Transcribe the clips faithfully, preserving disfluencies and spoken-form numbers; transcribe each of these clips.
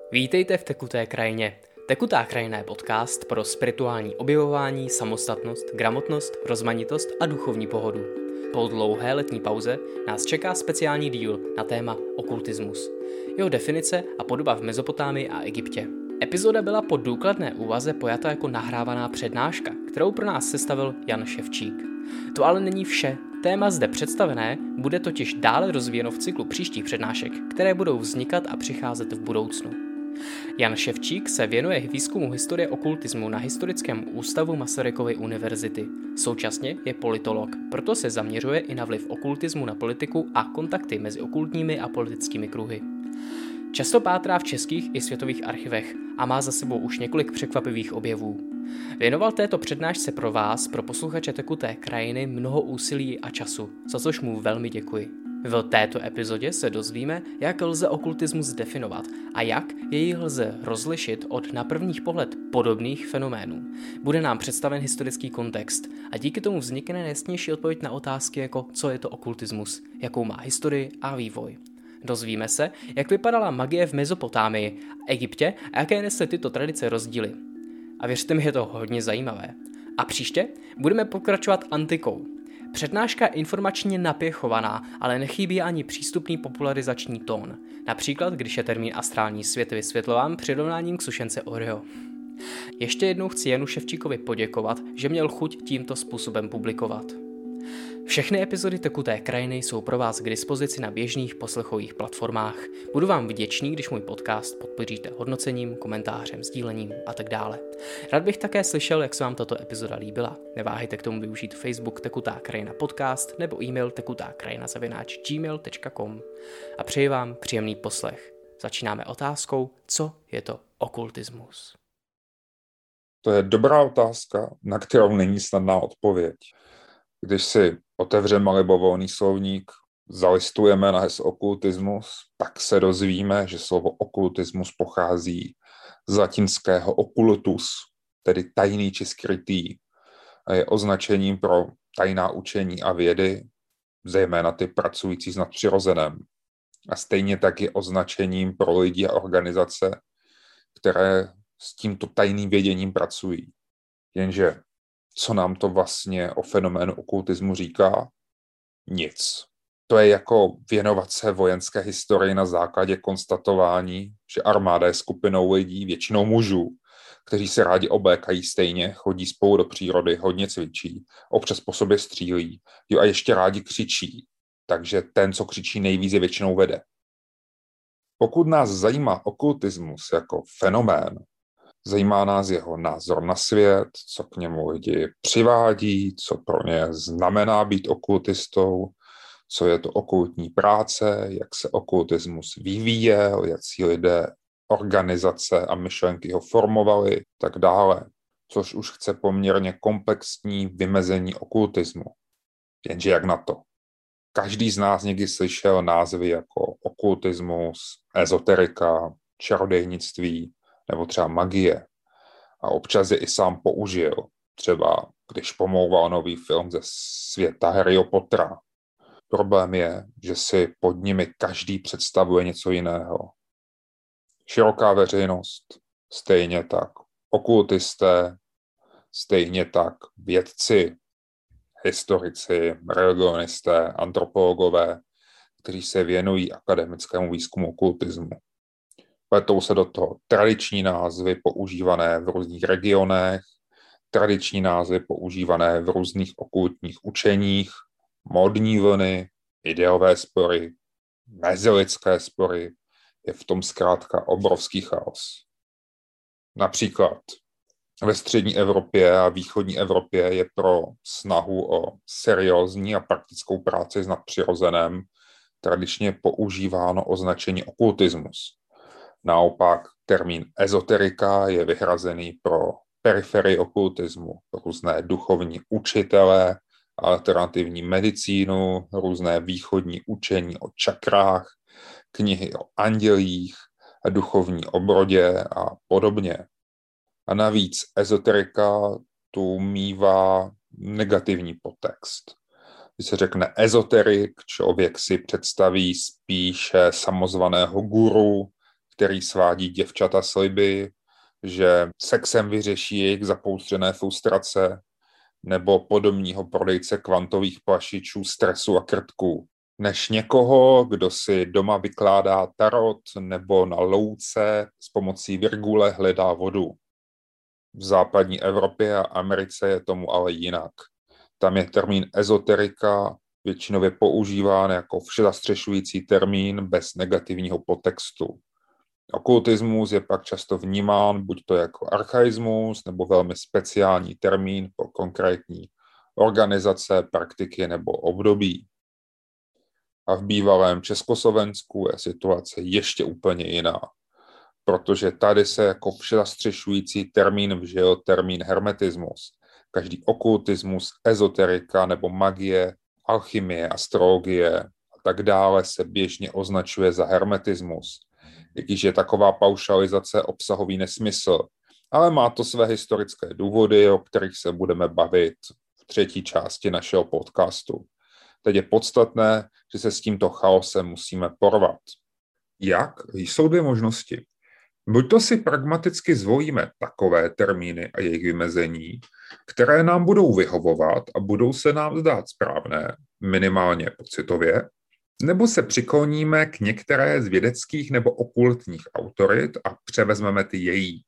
Vítejte v Tekuté krajině. Tekutá krajina je podcast pro spirituální objevování, samostatnost, gramotnost, rozmanitost a duchovní pohodu. Po dlouhé letní pauze nás čeká speciální díl na téma okultismus, jeho definice a podoba v Mezopotámii a Egyptě. Epizoda byla po důkladné úvaze pojata jako nahrávaná přednáška, kterou pro nás sestavil Jan Ševčík. To ale není vše. Téma zde představené bude totiž dále rozvíjeno v cyklu příštích přednášek, které budou vznikat a přicházet v budoucnu. Jan Ševčík se věnuje výzkumu historie okultismu na Historickém ústavu Masarykovy univerzity. Současně je politolog, proto se zaměřuje i na vliv okultismu na politiku a kontakty mezi okultními a politickými kruhy. Často pátrá v českých i světových archivech a má za sebou už několik překvapivých objevů. Věnoval této přednášce pro vás, pro posluchače Tekuté krajiny, mnoho úsilí a času, za což mu velmi děkuji. V této epizodě se dozvíme, jak lze okultismus definovat a jak jej lze rozlišit od na prvních pohled podobných fenoménů. Bude nám představen historický kontext a díky tomu vznikne nejjasnější odpověď na otázky jako co je to okultismus, jakou má historii a vývoj. Dozvíme se, jak vypadala magie v Mezopotámii a Egyptě a jaké nesly tyto tradice rozdíly. A věřte mi, je to hodně zajímavé. A příště budeme pokračovat antikou. Přednáška je informačně napěchovaná, ale nechybí ani přístupný popularizační tón. Například, když je termín astrální svět vysvětlován přirovnáním k sušence Oreo. Ještě jednou chci Janu Ševčíkovi poděkovat, že měl chuť tímto způsobem publikovat. Všechny epizody Tekuté krajiny jsou pro vás k dispozici na běžných poslechových platformách. Budu vám vděčný, když můj podcast podpoříte hodnocením, komentářem, sdílením a tak dále. Rád bych také slyšel, jak se vám tato epizoda líbila. Neváhejte k tomu využít Facebook Tekutá krajina podcast nebo e-mail tekutákrajina zavináč gmail tečka com. A přeji vám příjemný poslech. Začínáme otázkou, co je to okultismus. To je dobrá otázka, na kterou není snadná odpověď. Když si otevřeme libovolný slovník, zalistujeme na heslo okultismus, tak se dozvíme, že slovo okultismus pochází z latinského occultus, tedy tajný či skrytý, a je označením pro tajná učení a vědy, zejména ty pracující s nadpřirozeným. A stejně tak je označením pro lidi a organizace, které s tímto tajným věděním pracují. Jenže co nám to vlastně o fenoménu okultismu říká? Nic. To je jako věnovat se vojenské historii na základě konstatování, že armáda je skupinou lidí, většinou mužů, kteří se rádi oblékají stejně, chodí spolu do přírody, hodně cvičí, občas po sobě střílí, jo a ještě rádi křičí, takže ten, co křičí nejvíc, je většinou vede. Pokud nás zajímá okultismus jako fenomén, zajímá nás jeho názor na svět, co k němu lidi přivádí, co pro ně znamená být okultistou, co je to okultní práce, jak se okultismus vyvíjel, jaký lidé, organizace a myšlenky ho formovali, tak dále, což už chce poměrně komplexní vymezení okultismu. Jenže jak na to? Každý z nás někdy slyšel názvy jako okultismus, ezoterika, čarodejnictví, nebo třeba magie. A občas je i sám použil, třeba když pomlouval nový film ze světa Harryho Pottera. Problém je, že si pod nimi každý představuje něco jiného. Široká veřejnost, stejně tak okultisté, stejně tak vědci, historici, religionisté, antropologové, kteří se věnují akademickému výzkumu okultismu. Pletou se do toho tradiční názvy používané v různých regionech, tradiční názvy používané v různých okultních učeních, módní vlny, ideové spory, mezilidské spory, je v tom zkrátka obrovský chaos. Například ve střední Evropě a východní Evropě je pro snahu o seriózní a praktickou práci s nadpřirozeným tradičně používáno označení okultismus. Naopak termín ezoterika je vyhrazený pro periferii okultismu, různé duchovní učitele, alternativní medicínu, různé východní učení o čakrách, knihy o andělích, duchovní obrodě a podobně. A navíc ezoterika tu mívá negativní podtext. Když se řekne ezoterik, člověk si představí spíše samozvaného guru, který svádí děvčata sliby, že sexem vyřeší jejich zapoustřené frustrace, nebo podobního prodejce kvantových plašičů, stresu a krtků, než někoho, kdo si doma vykládá tarot nebo na louce s pomocí virgule hledá vodu. V západní Evropě a Americe je tomu ale jinak. Tam je termín ezoterika většinově používán jako všezastřešující termín bez negativního podtextu. Okultismus je pak často vnímán buď to jako archaismus nebo velmi speciální termín pro konkrétní organizace, praktiky nebo období. A v bývalém Československu je situace ještě úplně jiná, protože tady se jako všezastřešující termín vžil termín hermetismus. Každý okultismus, ezoterika nebo magie, alchymie, astrologie a tak dále se běžně označuje za hermetismus. I když je taková paušalizace obsahový nesmysl, ale má to své historické důvody, o kterých se budeme bavit v třetí části našeho podcastu. Teď je podstatné, že se s tímto chaosem musíme porvat. Jak? Jsou dvě možnosti. Buď to si pragmaticky zvolíme takové termíny a jejich vymezení, které nám budou vyhovovat a budou se nám zdát správné, minimálně pocitově, nebo se přikloníme k některé z vědeckých nebo okultních autorit a převezmeme ty její.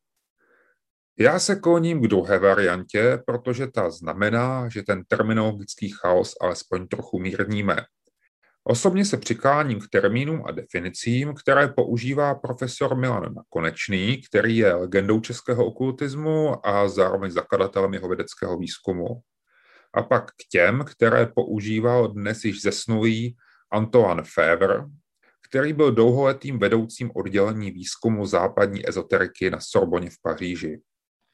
Já se kloním k druhé variantě, protože ta znamená, že ten terminologický chaos alespoň trochu mírníme. Osobně se přikláním k termínům a definicím, které používá profesor Milan Nakonečný, který je legendou českého okultismu a zároveň zakladatelem jeho vědeckého výzkumu. A pak k těm, které používal dnes již zesnulý Antoine Febvre, který byl dlouholetým vedoucím oddělení výzkumu západní ezoteriky na Sorboně v Paříži.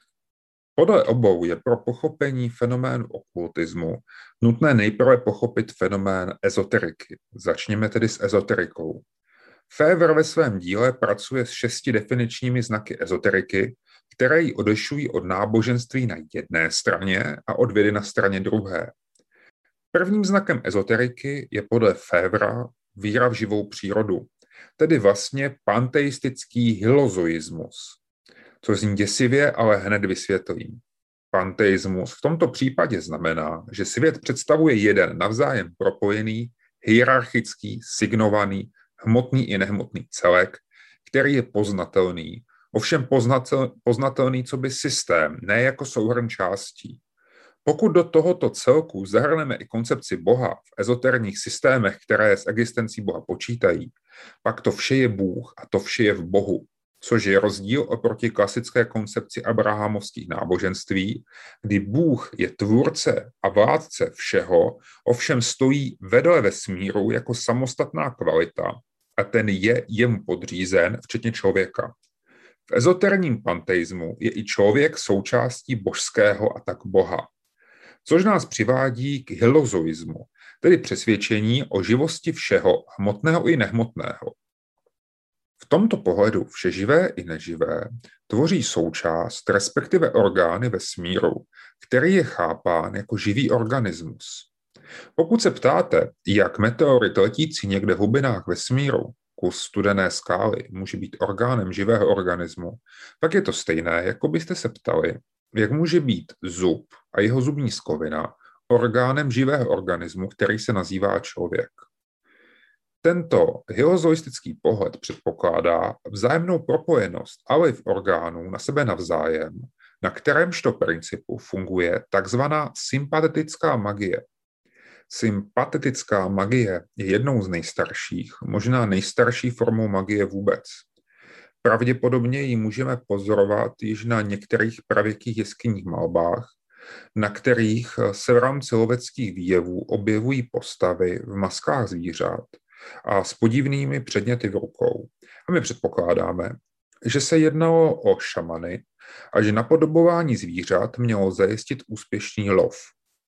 Podle obou je pro pochopení fenoménu okultismu nutné nejprve pochopit fenomén ezoteriky. Začněme tedy s ezoterikou. Febvre ve svém díle pracuje s šesti definičními znaky ezoteriky, které ji odlišují od náboženství na jedné straně a od vědy na straně druhé. Prvním znakem ezoteriky je podle Febvra víra v živou přírodu, tedy vlastně panteistický hylozoismus. Co zní děsivě, ale hned vysvětlím. Panteismus v tomto případě znamená, že svět představuje jeden navzájem propojený, hierarchický, signovaný, hmotný i nehmotný celek, který je poznatelný, ovšem poznatel, poznatelný coby systém, ne jako souhrn částí. Pokud do tohoto celku zahrneme i koncepci Boha v ezoterních systémech, které s existencí Boha počítají, pak to vše je Bůh a to vše je v Bohu, což je rozdíl oproti klasické koncepci abrahamovských náboženství, kdy Bůh je tvůrce a vládce všeho, ovšem stojí vedle vesmíru jako samostatná kvalita a ten je jemu podřízen, včetně člověka. V ezoterním panteismu je i člověk součástí božského a tak Boha, což nás přivádí k hylozoismu, tedy přesvědčení o živosti všeho, hmotného i nehmotného. V tomto pohledu vše živé i neživé tvoří součást, respektive orgány vesmíru, který je chápán jako živý organismus. Pokud se ptáte, jak meteorit letící někde v hlubinách vesmíru, kus studené skály, může být orgánem živého organismu, pak je to stejné, jako byste se ptali, jak může být zub a jeho zubní sklovina orgánem živého organismu, který se nazývá člověk. Tento hylozoistický pohled předpokládá vzájemnou propojenost alif orgánů na sebe navzájem, na kterémžto principu funguje takzvaná sympatetická magie. Sympatetická magie je jednou z nejstarších, možná nejstarší formou magie vůbec. Pravděpodobně ji můžeme pozorovat již na některých pravěkých jeskyních malbách, na kterých se v rámci loveckých výjevů objevují postavy v maskách zvířat a s podivnými předměty v rukou. A my předpokládáme, že se jednalo o šamany a že napodobování zvířat mělo zajistit úspěšný lov.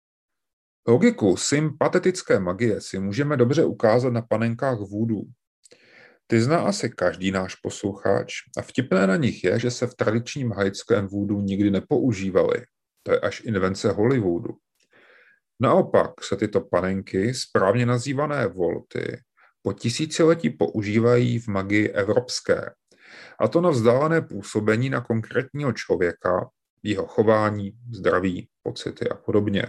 Logiku sympatetické magie si můžeme dobře ukázat na panenkách voodu. Ty zná asi každý náš posluchač a vtipné na nich je, že se v tradičním haitském voodu nikdy nepoužívaly. To je až invence Hollywoodu. Naopak se tyto panenky, správně nazývané volty, po tisíciletí používají v magii evropské, A to na vzdálené působení na konkrétního člověka, jeho chování, zdraví, pocity a podobně.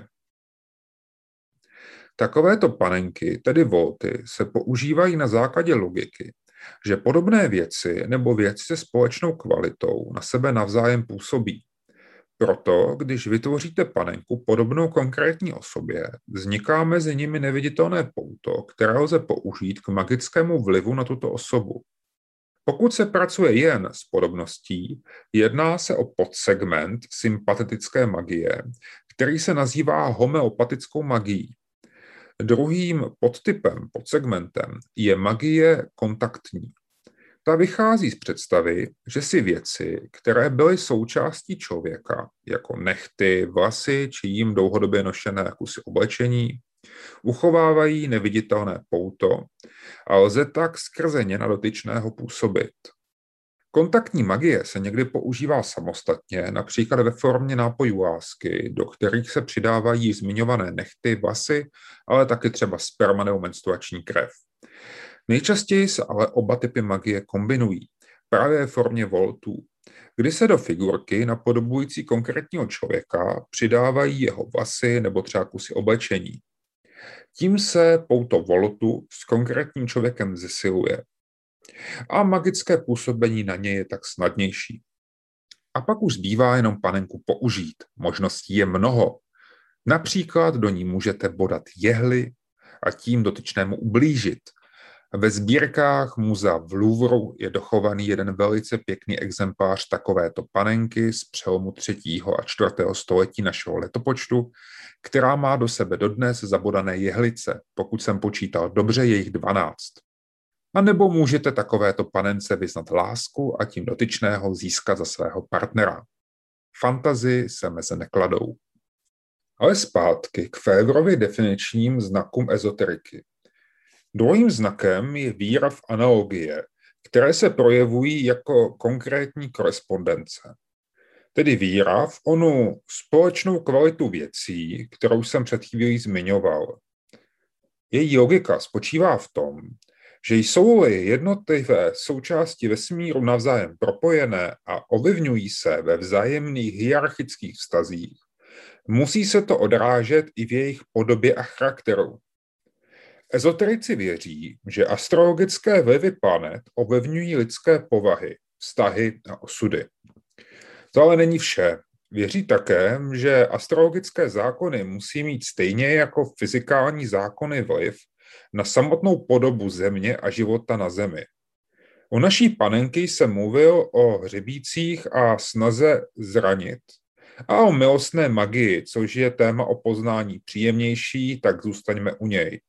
Takovéto panenky, tedy volty, se používají na základě logiky, že podobné věci nebo věci se společnou kvalitou na sebe navzájem působí. Proto, když vytvoříte panenku podobnou konkrétní osobě, vzniká mezi nimi neviditelné pouto, které lze použít k magickému vlivu na tuto osobu. Pokud se pracuje jen s podobností, jedná se o podsegment sympatetické magie, který se nazývá homeopatickou magií. Druhým podtypem, podsegmentem, je magie kontaktní. Ta vychází z představy, že si věci, které byly součástí člověka, jako nehty, vlasy či jím dlouhodobě nošené kusy oblečení, uchovávají neviditelné pouto a lze tak skrze ně na dotyčného působit. Kontaktní magie se někdy používá samostatně, například ve formě nápojů lásky, do kterých se přidávají zmiňované nehty, vlasy, ale taky třeba sperma nebo menstruační krev. Nejčastěji se ale oba typy magie kombinují, právě ve formě voltů, kdy se do figurky napodobující konkrétního člověka přidávají jeho vlasy nebo třeba kusy oblečení. Tím se pouto voltu s konkrétním člověkem zesiluje a magické působení na něj je tak snadnější. A pak už zbývá jenom panenku použít. Možností je mnoho. Například do ní můžete bodat jehly a tím dotyčnému ublížit. Ve sbírkách muzea v Louvru je dochovaný jeden velice pěkný exemplář takovéto panenky z přelomu třetího a čtvrtého století našeho letopočtu, která má do sebe dodnes zabodané jehlice, pokud jsem počítal dobře, je jich dvanáct. A nebo můžete takovéto panence vyznat lásku a tím dotyčného získat za svého partnera. Fantazii se meze nekladou. Ale zpátky k Febrově definičním znakům ezoteriky. Druhým znakem je víra v analogie, které se projevují jako konkrétní korespondence. Tedy víra v onu společnou kvalitu věcí, kterou jsem před chvílí zmiňoval. Její logika spočívá v tom, že jsou-li jednotlivé součásti vesmíru navzájem propojené a ovlivňují se ve vzájemných hierarchických vztazích, musí se to odrážet i v jejich podobě a charakteru. Ezoterici věří, že astrologické vlivy planet ovlivňují lidské povahy, vztahy a osudy. To ale není vše. Věří také, že astrologické zákony musí mít stejně jako fyzikální zákony vliv na samotnou podobu země a života na zemi. U naší panenky jsem mluvil o hřebících a snaze zranit a o milostné magii, což je téma o poznání příjemnější, tak zůstaňme u něj.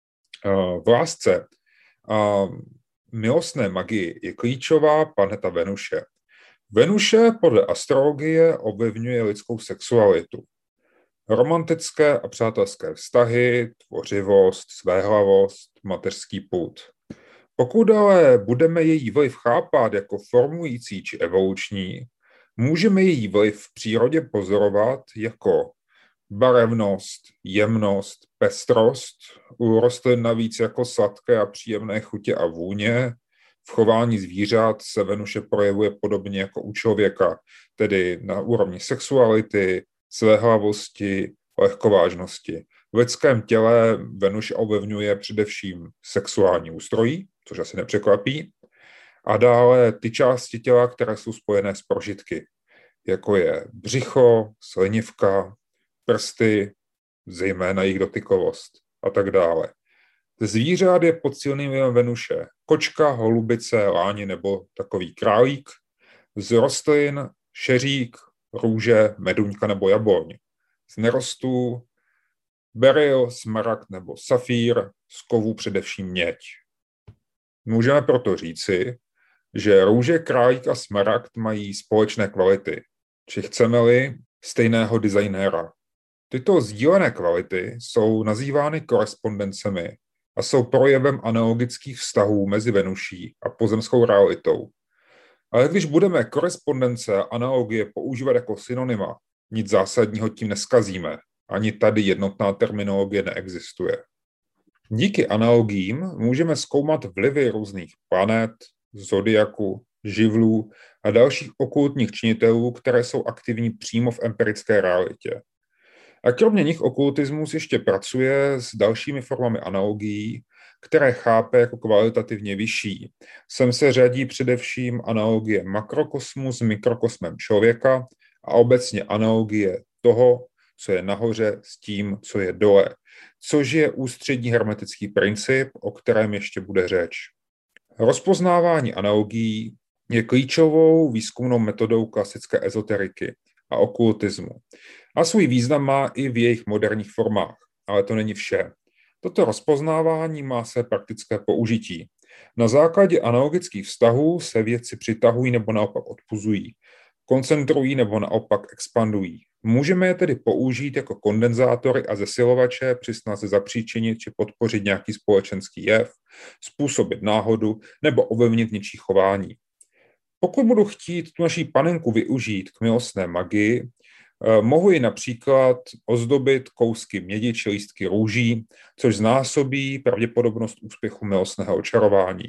V lásce a milostné magii je klíčová planeta Venuše. Venuše podle astrologie ovlivňuje lidskou sexualitu. Romantické a přátelské vztahy, tvořivost, svéhlavost, mateřský pud. Pokud ale budeme její vliv chápat jako formující či evoluční, můžeme její vliv v přírodě pozorovat jako barevnost, jemnost, pestrost, u rostlin navíc jako sladké a příjemné chutě a vůně. V chování zvířat se Venuše projevuje podobně jako u člověka, tedy na úrovni sexuality, svéhlavosti, lehkovážnosti. V lidském těle Venuše ovlivňuje především sexuální ústrojí, což asi nepřekvapí, a dále ty části těla, které jsou spojené s prožitky, jako je břicho, slinivka, prsty, zejména jejich dotykovost a tak dále. Ze zvířat je pod silným vlivem Venuše kočka, holubice, láni nebo takový králík, z rostlin šeřík, růže, meduňka nebo jabloň. Z nerostů beryl, smaragd nebo safír, z kovů především měď. Můžeme proto říci, že růže, králík a smaragd mají společné kvality, či chceme-li stejného designéra. Tyto sdílené kvality jsou nazývány korespondencemi a jsou projevem analogických vztahů mezi Venuší a pozemskou realitou. Ale když budeme korespondence a analogie používat jako synonyma, nic zásadního tím neskazíme. Ani tady jednotná terminologie neexistuje. Díky analogiím můžeme zkoumat vlivy různých planet, zodiaku živlů a dalších okultních činitelů, které jsou aktivní přímo v empirické realitě. A kromě nich okultismus ještě pracuje s dalšími formami analogií, které chápe jako kvalitativně vyšší. Sem se řadí především analogie makrokosmu s mikrokosmem člověka a obecně analogie toho, co je nahoře s tím, co je dole, což je ústřední hermetický princip, o kterém ještě bude řeč. Rozpoznávání analogií je klíčovou výzkumnou metodou klasické ezoteriky a okultismu. A svůj význam má i v jejich moderních formách, ale to není vše. Toto rozpoznávání má své praktické použití. Na základě analogických vztahů se věci přitahují nebo naopak odpuzují, koncentrují nebo naopak expandují. Můžeme je tedy použít jako kondenzátory a zesilovače při snaze zapříčinit či podpořit nějaký společenský jev, způsobit náhodu nebo ovlivnit něčí chování. Pokud budu chtít tu naší panenku využít k milostné magii, mohu ji například ozdobit kousky mědi či lístky růží, což znásobí pravděpodobnost úspěchu milostného očarování.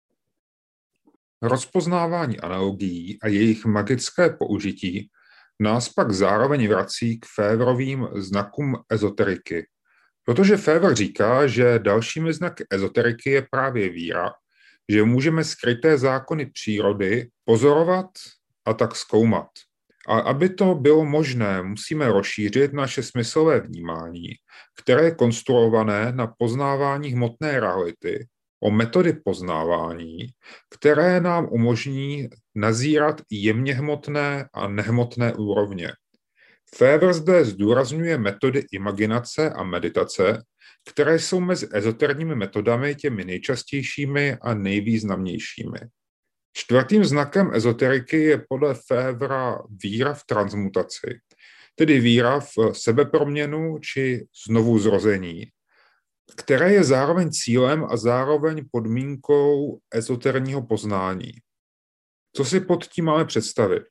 Rozpoznávání analogií a jejich magické použití nás pak zároveň vrací k Févrovým znakům ezoteriky, protože Féver říká, že dalšími znaky ezoteriky je právě víra, že můžeme skryté zákony přírody pozorovat a tak zkoumat. A aby to bylo možné, musíme rozšířit naše smyslové vnímání, které je konstruované na poznávání hmotné reality, o metody poznávání, které nám umožní nazírat jemně hmotné a nehmotné úrovně. Féver zde zdůrazňuje metody imaginace a meditace, které jsou mezi ezoterními metodami těmi nejčastějšími a nejvýznamnějšími. Čtvrtým znakem ezoteriky je podle Févera víra v transmutaci, tedy víra v sebeproměnu či znovuzrození, které je zároveň cílem a zároveň podmínkou ezoterního poznání. Co si pod tím máme představit?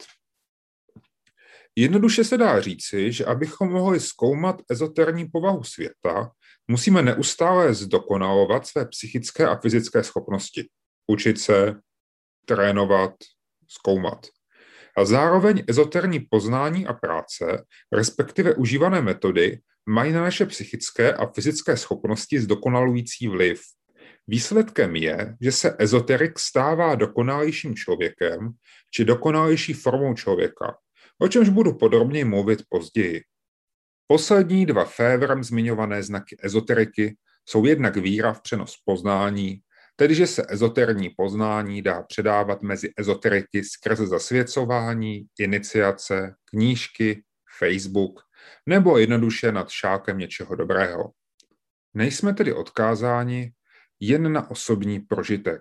Jednoduše se dá říci, že abychom mohli zkoumat ezoterní povahu světa, musíme neustále zdokonalovat své psychické a fyzické schopnosti. Učit se, trénovat, zkoumat. A zároveň ezoterní poznání a práce, respektive užívané metody, mají na naše psychické a fyzické schopnosti zdokonalující vliv. Výsledkem je, že se ezoterik stává dokonalejším člověkem či dokonalejší formou člověka, o čemž budu podrobněji mluvit později. Poslední dva Féverem zmiňované znaky ezoteriky jsou jednak víra v přenos poznání, tedy že se ezoterní poznání dá předávat mezi ezoteriky skrze zasvěcování, iniciace, knížky, Facebook nebo jednoduše nad šálkem něčeho dobrého. Nejsme tedy odkázáni jen na osobní prožitek.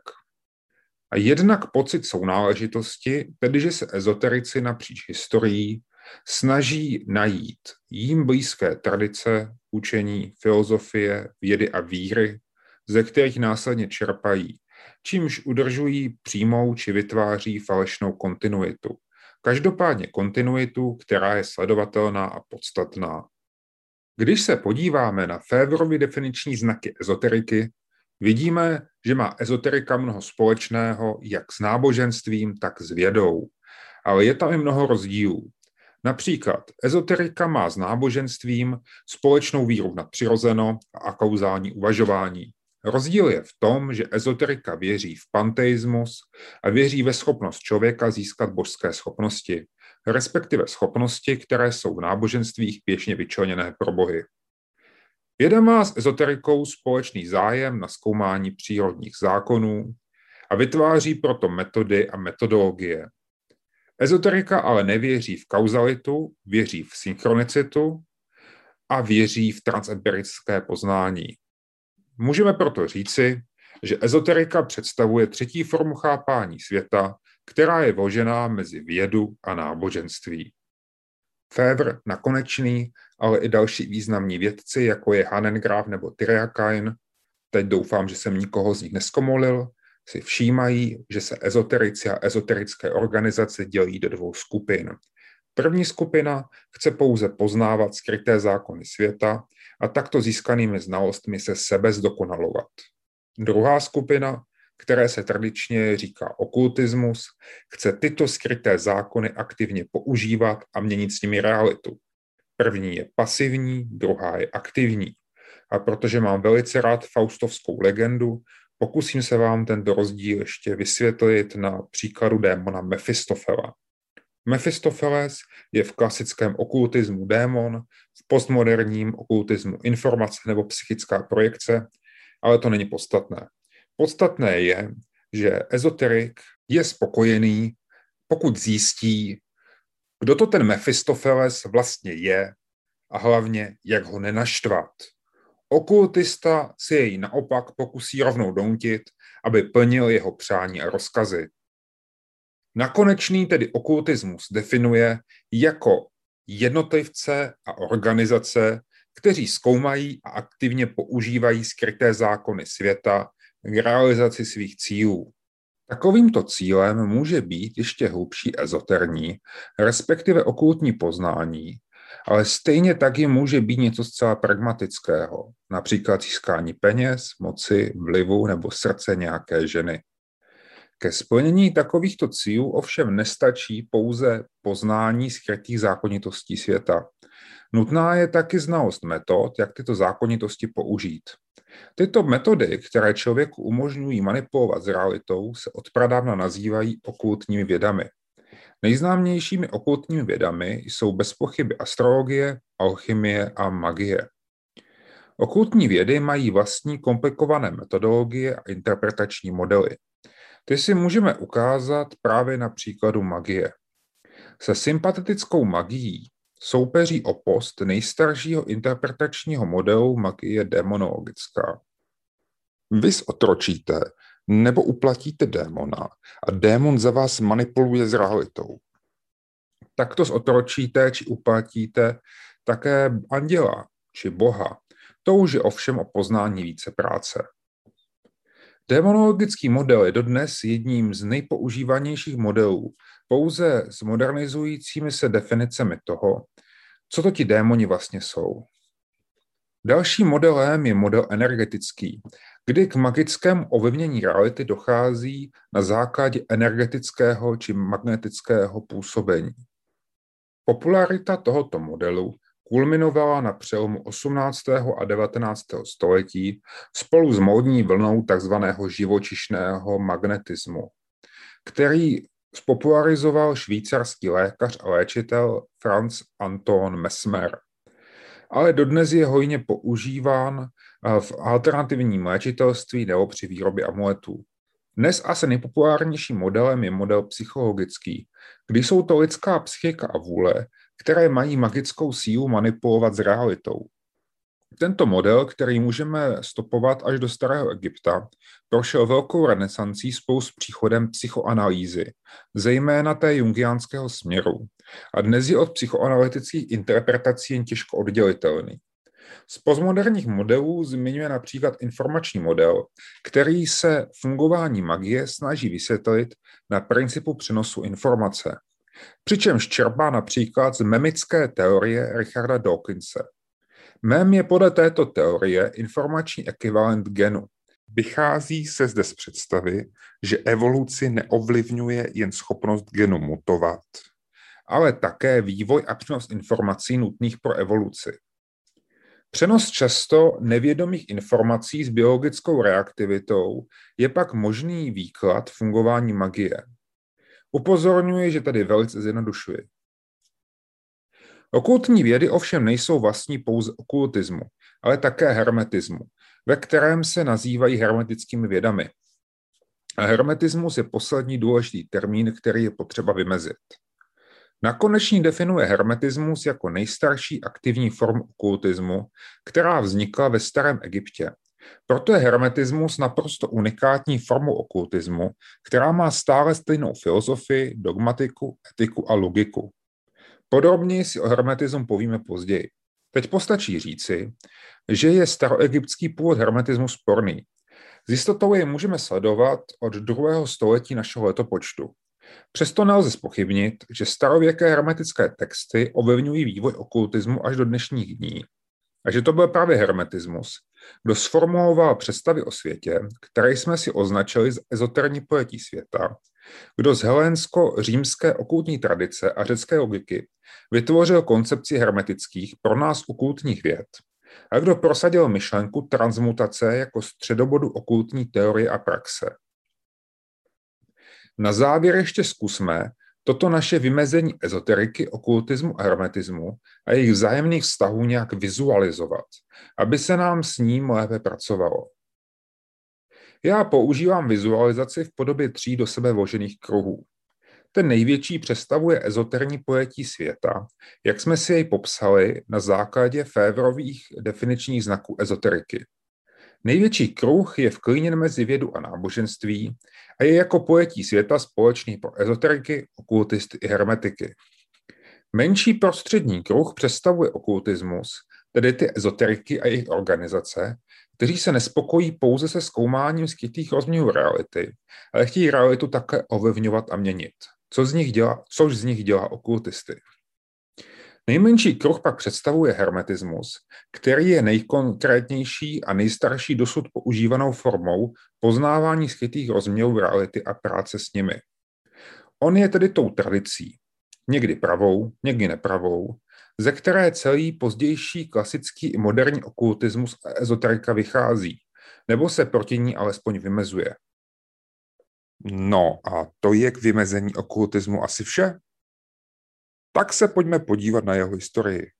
A jednak pocit sounáležitosti, tedy že se ezoterici napříč historií snaží najít jím blízké tradice, učení, filozofie, vědy a víry, ze kterých následně čerpají, čímž udržují přímou či vytváří falešnou kontinuitu. Každopádně kontinuitu, která je sledovatelná a podstatná. Když se podíváme na Féverovy definiční znaky ezoteriky, vidíme, že má ezoterika mnoho společného jak s náboženstvím, tak s vědou. Ale je tam i mnoho rozdílů. Například ezoterika má s náboženstvím společnou víru v nadpřirozeno a kauzální uvažování. Rozdíl je v tom, že ezoterika věří v panteismus a věří ve schopnost člověka získat božské schopnosti, respektive schopnosti, které jsou v náboženstvích běžně vyčleněné pro bohy. Věda má s ezoterikou společný zájem na zkoumání přírodních zákonů a vytváří proto metody a metodologie. Ezoterika ale nevěří v kauzalitu, věří v synchronicitu a věří v transempirické poznání. Můžeme proto říci, že ezoterika představuje třetí formu chápání světa, která je vložená mezi vědu a náboženství. Févr, nakonečný, ale i další významní vědci, jako je Hanegraaff nebo Tyrjakain, teď doufám, že jsem nikoho z nich neskomolil, si všímají, že se ezoterici a ezoterické organizace dělí do dvou skupin. První skupina chce pouze poznávat skryté zákony světa a takto získanými znalostmi se sebe zdokonalovat. Druhá skupina které se tradičně říká okultismus, chce tyto skryté zákony aktivně používat a měnit s nimi realitu. První je pasivní, druhá je aktivní. A protože mám velice rád faustovskou legendu, pokusím se vám tento rozdíl ještě vysvětlit na příkladu démona Mefistofela. Mefistofeles je v klasickém okultismu démon, v postmoderním okultismu informace nebo psychická projekce, ale to není podstatné. Podstatné je, že ezoterik je spokojený, pokud zjistí, kdo to ten Mefistofeles vlastně je a hlavně, jak ho nenaštvat. Okultista si jej naopak pokusí rovnou donutit, aby plnil jeho přání a rozkazy. Nakonečný tedy okultismus definuje jako jednotlivce a organizace, kteří zkoumají a aktivně používají skryté zákony světa k realizaci svých cílů. Takovýmto cílem může být ještě hlubší ezoterní, respektive okultní poznání, ale stejně taky může být něco zcela pragmatického, například získání peněz, moci, vlivu nebo srdce nějaké ženy. Ke splnění takovýchto cílů ovšem nestačí pouze poznání skrytých zákonitostí světa. Nutná je taky znalost metod, jak tyto zákonitosti použít. Tyto metody, které člověku umožňují manipulovat s realitou, se odpradávna nazývají okultními vědami. Nejznámějšími okultními vědami jsou bez pochyby astrologie, alchymie a magie. Okultní vědy mají vlastní komplikované metodologie a interpretační modely. Ty si můžeme ukázat právě na příkladu magie. Se sympatetickou magií soupeří o post nejstaršího interpretačního modelu magie démonologická. Vy zotročíte nebo uplatíte démona a démon za vás manipuluje s realitou. Takto zotročíte či uplatíte také anděla či boha. To už je ovšem o poznání více práce. Démonologický model je dodnes jedním z nejpoužívanějších modelů, pouze s modernizujícími se definicemi toho, co to ti démoni vlastně jsou. Dalším modelem je model energetický, kdy k magickému ovlivnění reality dochází na základě energetického či magnetického působení. Popularita tohoto modelu kulminovala na přelomu osmnáctého a devatenáctého století spolu s módní vlnou tzv. Živočišného magnetismu, který spopularizoval švýcarský lékař a léčitel Franz Anton Mesmer. Ale dodnes je hojně používán v alternativním léčitelství nebo při výrobě amuletů. Dnes asi nejpopulárnějším modelem je model psychologický, kdy jsou to lidská psychika a vůle, které mají magickou sílu manipulovat s realitou. Tento model, který můžeme stopovat až do starého Egypta, prošel velkou renesancí spolu s příchodem psychoanalýzy, zejména té jungiánského směru, a dnes je od psychoanalytických interpretací jen těžko oddělitelný. Z postmoderních modelů zmiňuje například informační model, který se fungování magie snaží vysvětlit na principu přenosu informace, přičemž čerpá například z memické teorie Richarda Dawkinse. Mem je podle této teorie informační ekvivalent genu. Vychází se zde z představy, že evoluci neovlivňuje jen schopnost genu mutovat, ale také vývoj a přenos informací nutných pro evoluci. Přenos často nevědomých informací s biologickou reaktivitou je pak možný výklad fungování magie. Upozorňuji, že tady velice zjednodušuji. Okultní vědy ovšem nejsou vlastní pouze okultismu, ale také hermetismu, ve kterém se nazývají hermetickými vědami. A hermetismus je poslední důležitý termín, který je potřeba vymezit. Nakonečně definuje hermetismus jako nejstarší aktivní formu okultismu, která vznikla ve starém Egyptě. Proto je hermetismus naprosto unikátní formou okultismu, která má stále stejnou filozofii, dogmatiku, etiku a logiku. Podrobněji si o hermetismu povíme později. Teď postačí říci, že je staroegyptský původ hermetismu sporný. S jistotou je můžeme sledovat od druhého století našeho letopočtu. Přesto nelze zpochybnit, že starověké hermetické texty ovlivňují vývoj okultismu až do dnešních dní a že to byl právě hermetismus, kdo sformuloval představy o světě, které jsme si označili za ezoterní pojetí světa, kdo z helénsko-římské okultní tradice a řecké logiky vytvořil koncepci hermetických pro nás okultních věd a kdo prosadil myšlenku transmutace jako středobodu okultní teorie a praxe. Na závěr ještě zkusme toto naše vymezení ezoteriky, okultismu a hermetismu a jejich vzájemných vztahů nějak vizualizovat, aby se nám s ním lépe pracovalo. Já používám vizualizaci v podobě tří do sebe vložených kruhů. Ten největší představuje ezoterní pojetí světa, jak jsme si jej popsali na základě Févrových definičních znaků ezoteriky. Největší kruh je vklíněn mezi vědu a náboženství a je jako pojetí světa společný pro ezoteriky, okultisty i hermetiky. Menší prostřední kruh představuje okultismus, tedy ty ezoteriky a jejich organizace, kteří se nespokojí pouze se zkoumáním skrytých rozměrů reality, ale chtějí realitu také ovlivňovat a měnit, co z nich dělá, což z nich dělá okultisty. Nejmenší kruh pak představuje hermetismus, který je nejkonkrétnější a nejstarší dosud používanou formou poznávání skrytých rozměrů reality a práce s nimi. On je tedy tou tradicí, někdy pravou, někdy nepravou, ze které celý pozdější klasický i moderní okultismus a ezoterika vychází, nebo se proti ní alespoň vymezuje. No a to je k vymezení okultismu asi vše? Tak se pojďme podívat na jeho historii.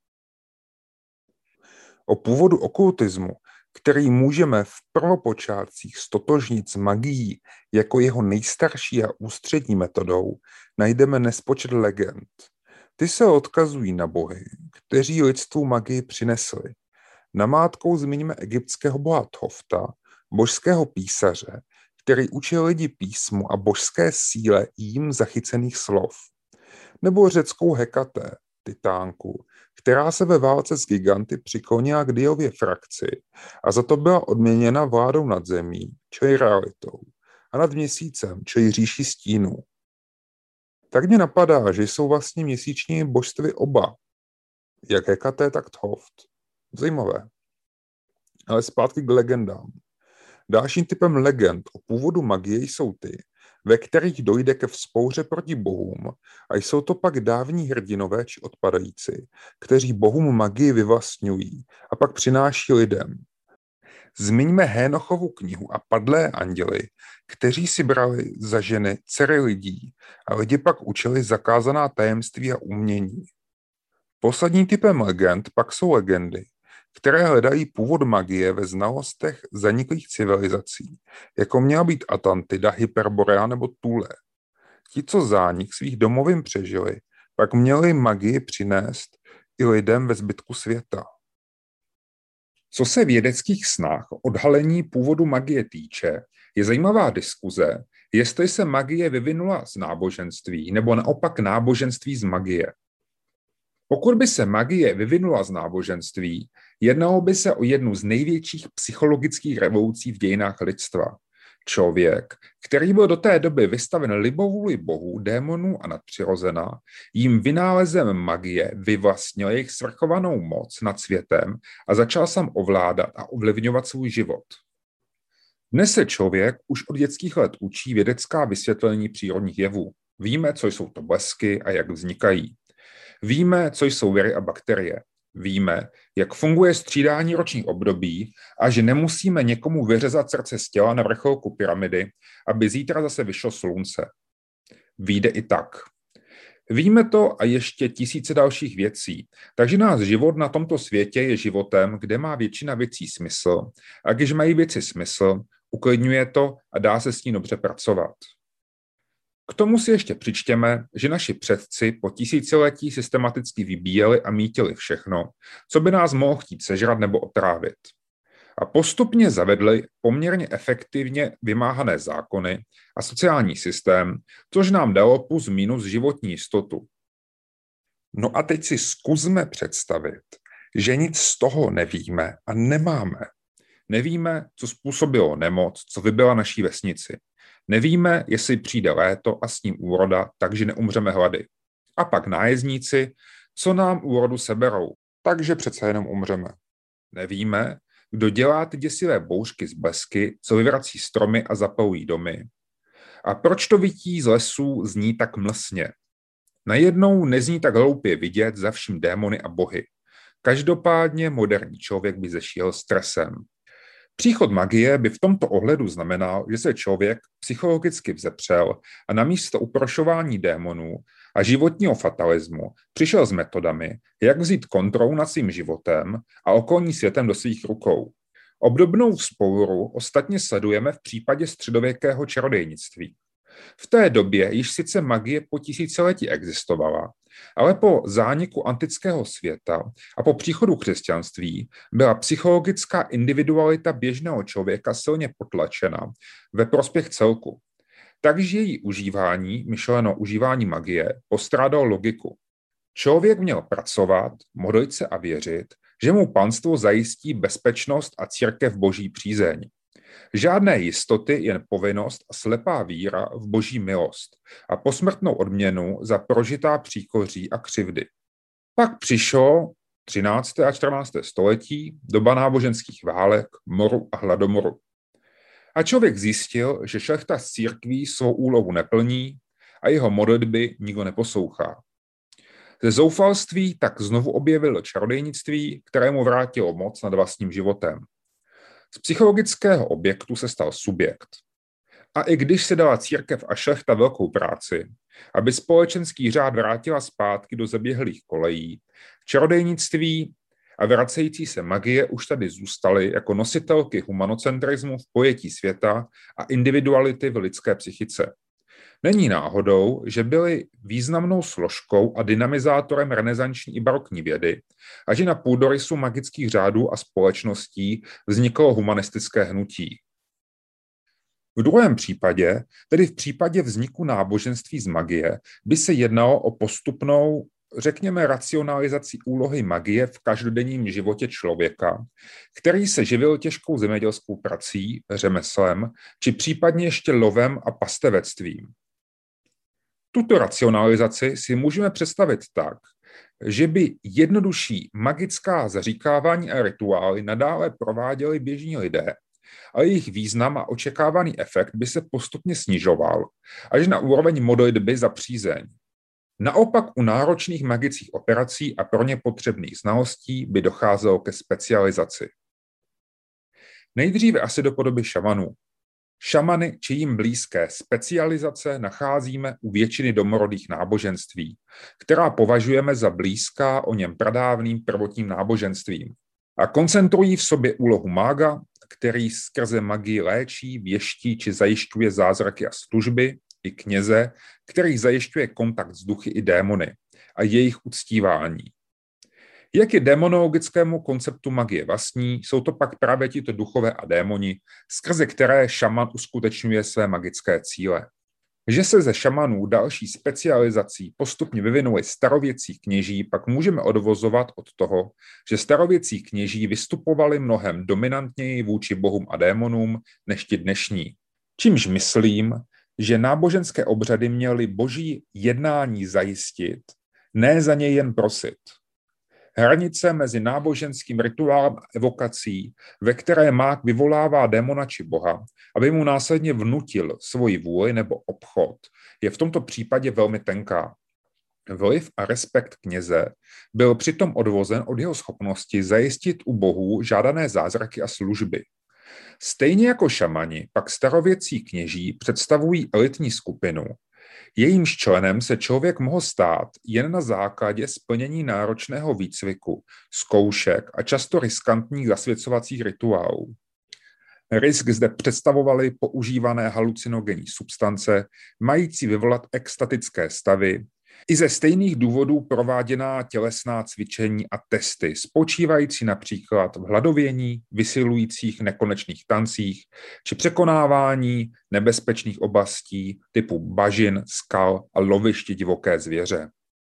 O původu okultismu, který můžeme v prvopočátcích stotožnit s magií jako jeho nejstarší a ústřední metodou, najdeme nespočet legend. Ty se odkazují na bohy, kteří lidstvu magii přinesli. Namátkou zmiňme egyptského boha Thofta, božského písaře, který učil lidi písmu a božské síle jím zachycených slov. Nebo řeckou Hekaté, titánku, která se ve válce s giganty přiklonila k Diově frakci a za to byla odměněna vládou nad zemí, čili realitou, a nad měsícem, čili říší stínů. Tak mě napadá, že jsou vlastně měsíční božstvy oba, jak Hekaté, tak Thoft. Zajímavé. Ale zpátky k legendám. Dalším typem legend o původu magie jsou ty, ve kterých dojde ke vzpouře proti bohům a jsou to pak dávní hrdinové či odpadající, kteří bohům magii vyvlastňují a pak přináší lidem. Zmiňme Hénochovu knihu a padlé anděly, kteří si brali za ženy dcery lidí a lidi pak učili zakázaná tajemství a umění. Posledním typem legend pak jsou legendy, které hledají původ magie ve znalostech zaniklých civilizací, jako měla být Atlantida, Hyperborea nebo Thule. Ti, co zánik svých domovin přežili, pak měli magii přinést i lidem ve zbytku světa. Co se vědeckých snah o odhalení původu magie týče, je zajímavá diskuze, jestli se magie vyvinula z náboženství nebo naopak náboženství z magie. Pokud by se magie vyvinula z náboženství, jednalo by se o jednu z největších psychologických revolucí v dějinách lidstva. Člověk, který byl do té doby vystaven libovůli bohů, démonů a nadpřirozena, jím vynálezem magie vyvlastnil jejich svrchovanou moc nad světem a začal sám ovládat a ovlivňovat svůj život. Dnes se člověk už od dětských let učí vědecká vysvětlení přírodních jevů. Víme, co jsou to blesky a jak vznikají. Víme, co jsou viry a bakterie. Víme, jak funguje střídání ročních období a že nemusíme někomu vyřezat srdce z těla na vrcholku pyramidy, aby zítra zase vyšlo slunce. Vyjde i tak. Víme to a ještě tisíce dalších věcí, takže náš život na tomto světě je životem, kde má většina věcí smysl a když mají věci smysl, uklidňuje to a dá se s ní dobře pracovat. K tomu si ještě přičtěme, že naši předci po tisíciletí systematicky vybíjeli a mítili všechno, co by nás mohlo chtít sežrat nebo otrávit. A postupně zavedli poměrně efektivně vymáhané zákony a sociální systém, což nám dalo plus minus životní jistotu. No a teď si zkusme představit, že nic z toho nevíme a nemáme. Nevíme, co způsobilo nemoc, co vybila naší vesnici. Nevíme, jestli přijde léto a s ním úroda, takže neumřeme hlady. A pak nájezdníci, co nám úrodu seberou, takže přece jenom umřeme. Nevíme, kdo dělá ty děsivé bouřky z blesky, co vyvrací stromy a zapalují domy? A proč to vytí z lesů zní tak mlsně? Najednou nezní tak hloupě vidět za vším démony a bohy. Každopádně moderní člověk by zešíhl stresem. Příchod magie by v tomto ohledu znamenal, že se člověk psychologicky vzepřel a namísto uprošování démonů a životního fatalismu přišel s metodami, jak vzít kontrolu nad svým životem a okolním světem do svých rukou. Obdobnou vzpouru ostatně sledujeme v případě středověkého čarodejnictví. V té době již sice magie po tisíciletí existovala, ale po zániku antického světa a po příchodu křesťanství byla psychologická individualita běžného člověka silně potlačena ve prospěch celku. Takže její užívání, myšleno užívání magie, postrádalo logiku. Člověk měl pracovat, modlit se a věřit, že mu panstvo zajistí bezpečnost a církev boží přízeň. Žádné jistoty, jen povinnost a slepá víra v boží milost a posmrtnou odměnu za prožitá příkoří a křivdy. Pak přišlo třinácté a čtrnácté století, doba náboženských válek, moru a hladomoru. A člověk zjistil, že šlechta z církví svou úlohu neplní a jeho modlitby nikdo neposlouchá. Ze zoufalství tak znovu objevil čarodejnictví, kterému vrátilo moc nad vlastním životem. Z psychologického objektu se stal subjekt. A i když se dala církev a šlechta velkou práci, aby společenský řád vrátila zpátky do zaběhlých kolejí, čarodejnictví a vracející se magie už tady zůstaly jako nositelky humanocentrismu v pojetí světa a individuality v lidské psychice. Není náhodou, že byly významnou složkou a dynamizátorem renesanční i barokní vědy a že na půdorysu magických řádů a společností vzniklo humanistické hnutí. V druhém případě, tedy v případě vzniku náboženství z magie, by se jednalo o postupnou, řekněme, racionalizaci úlohy magie v každodenním životě člověka, který se živil těžkou zemědělskou prací, řemeslem, či případně ještě lovem a pastevectvím. Tuto racionalizaci si můžeme představit tak, že by jednodušší magická zaříkávání a rituály nadále prováděli běžní lidé, ale jejich význam a očekávaný efekt by se postupně snižoval až na úroveň modlitby za přízeň. Naopak u náročných magických operací a pro ně potřebných znalostí by docházelo ke specializaci. Nejdříve asi do podoby šamanů. Šamany či jim blízké specializace nacházíme u většiny domorodých náboženství, která považujeme za blízká o něm pradávným prvotním náboženstvím. A koncentrují v sobě úlohu mága, který skrze magii léčí, věští či zajišťuje zázraky a služby, i kněze, který zajišťuje kontakt s duchy i démony a jejich uctívání. Jak je démonologickému konceptu magie vlastní, jsou to pak právě tito duchové a démoni, skrze které šaman uskutečňuje své magické cíle. Že se ze šamanů další specializací postupně vyvinuli starověcí kněží, pak můžeme odvozovat od toho, že starověcí kněží vystupovali mnohem dominantněji vůči bohům a démonům než ti dnešní. Čímž myslím, že náboženské obřady měly boží jednání zajistit, ne za něj jen prosit. Hranice mezi náboženským rituálem a evokací, ve které mák vyvolává démona či boha, aby mu následně vnutil svoji vůli nebo obchod, je v tomto případě velmi tenká. Vliv a respekt kněze byl přitom odvozen od jeho schopnosti zajistit u bohů žádané zázraky a služby. Stejně jako šamani, pak starověcí kněží představují elitní skupinu, jejímž členem se člověk mohl stát jen na základě splnění náročného výcviku, zkoušek a často riskantních zasvěcovacích rituálů. Risk zde představovaly používané halucinogenní substance, mající vyvolat extatické stavy, i ze stejných důvodů prováděná tělesná cvičení a testy, spočívající například v hladovění, vysilujících nekonečných tancích či překonávání nebezpečných oblastí typu bažin, skal a loviště divoké zvěře.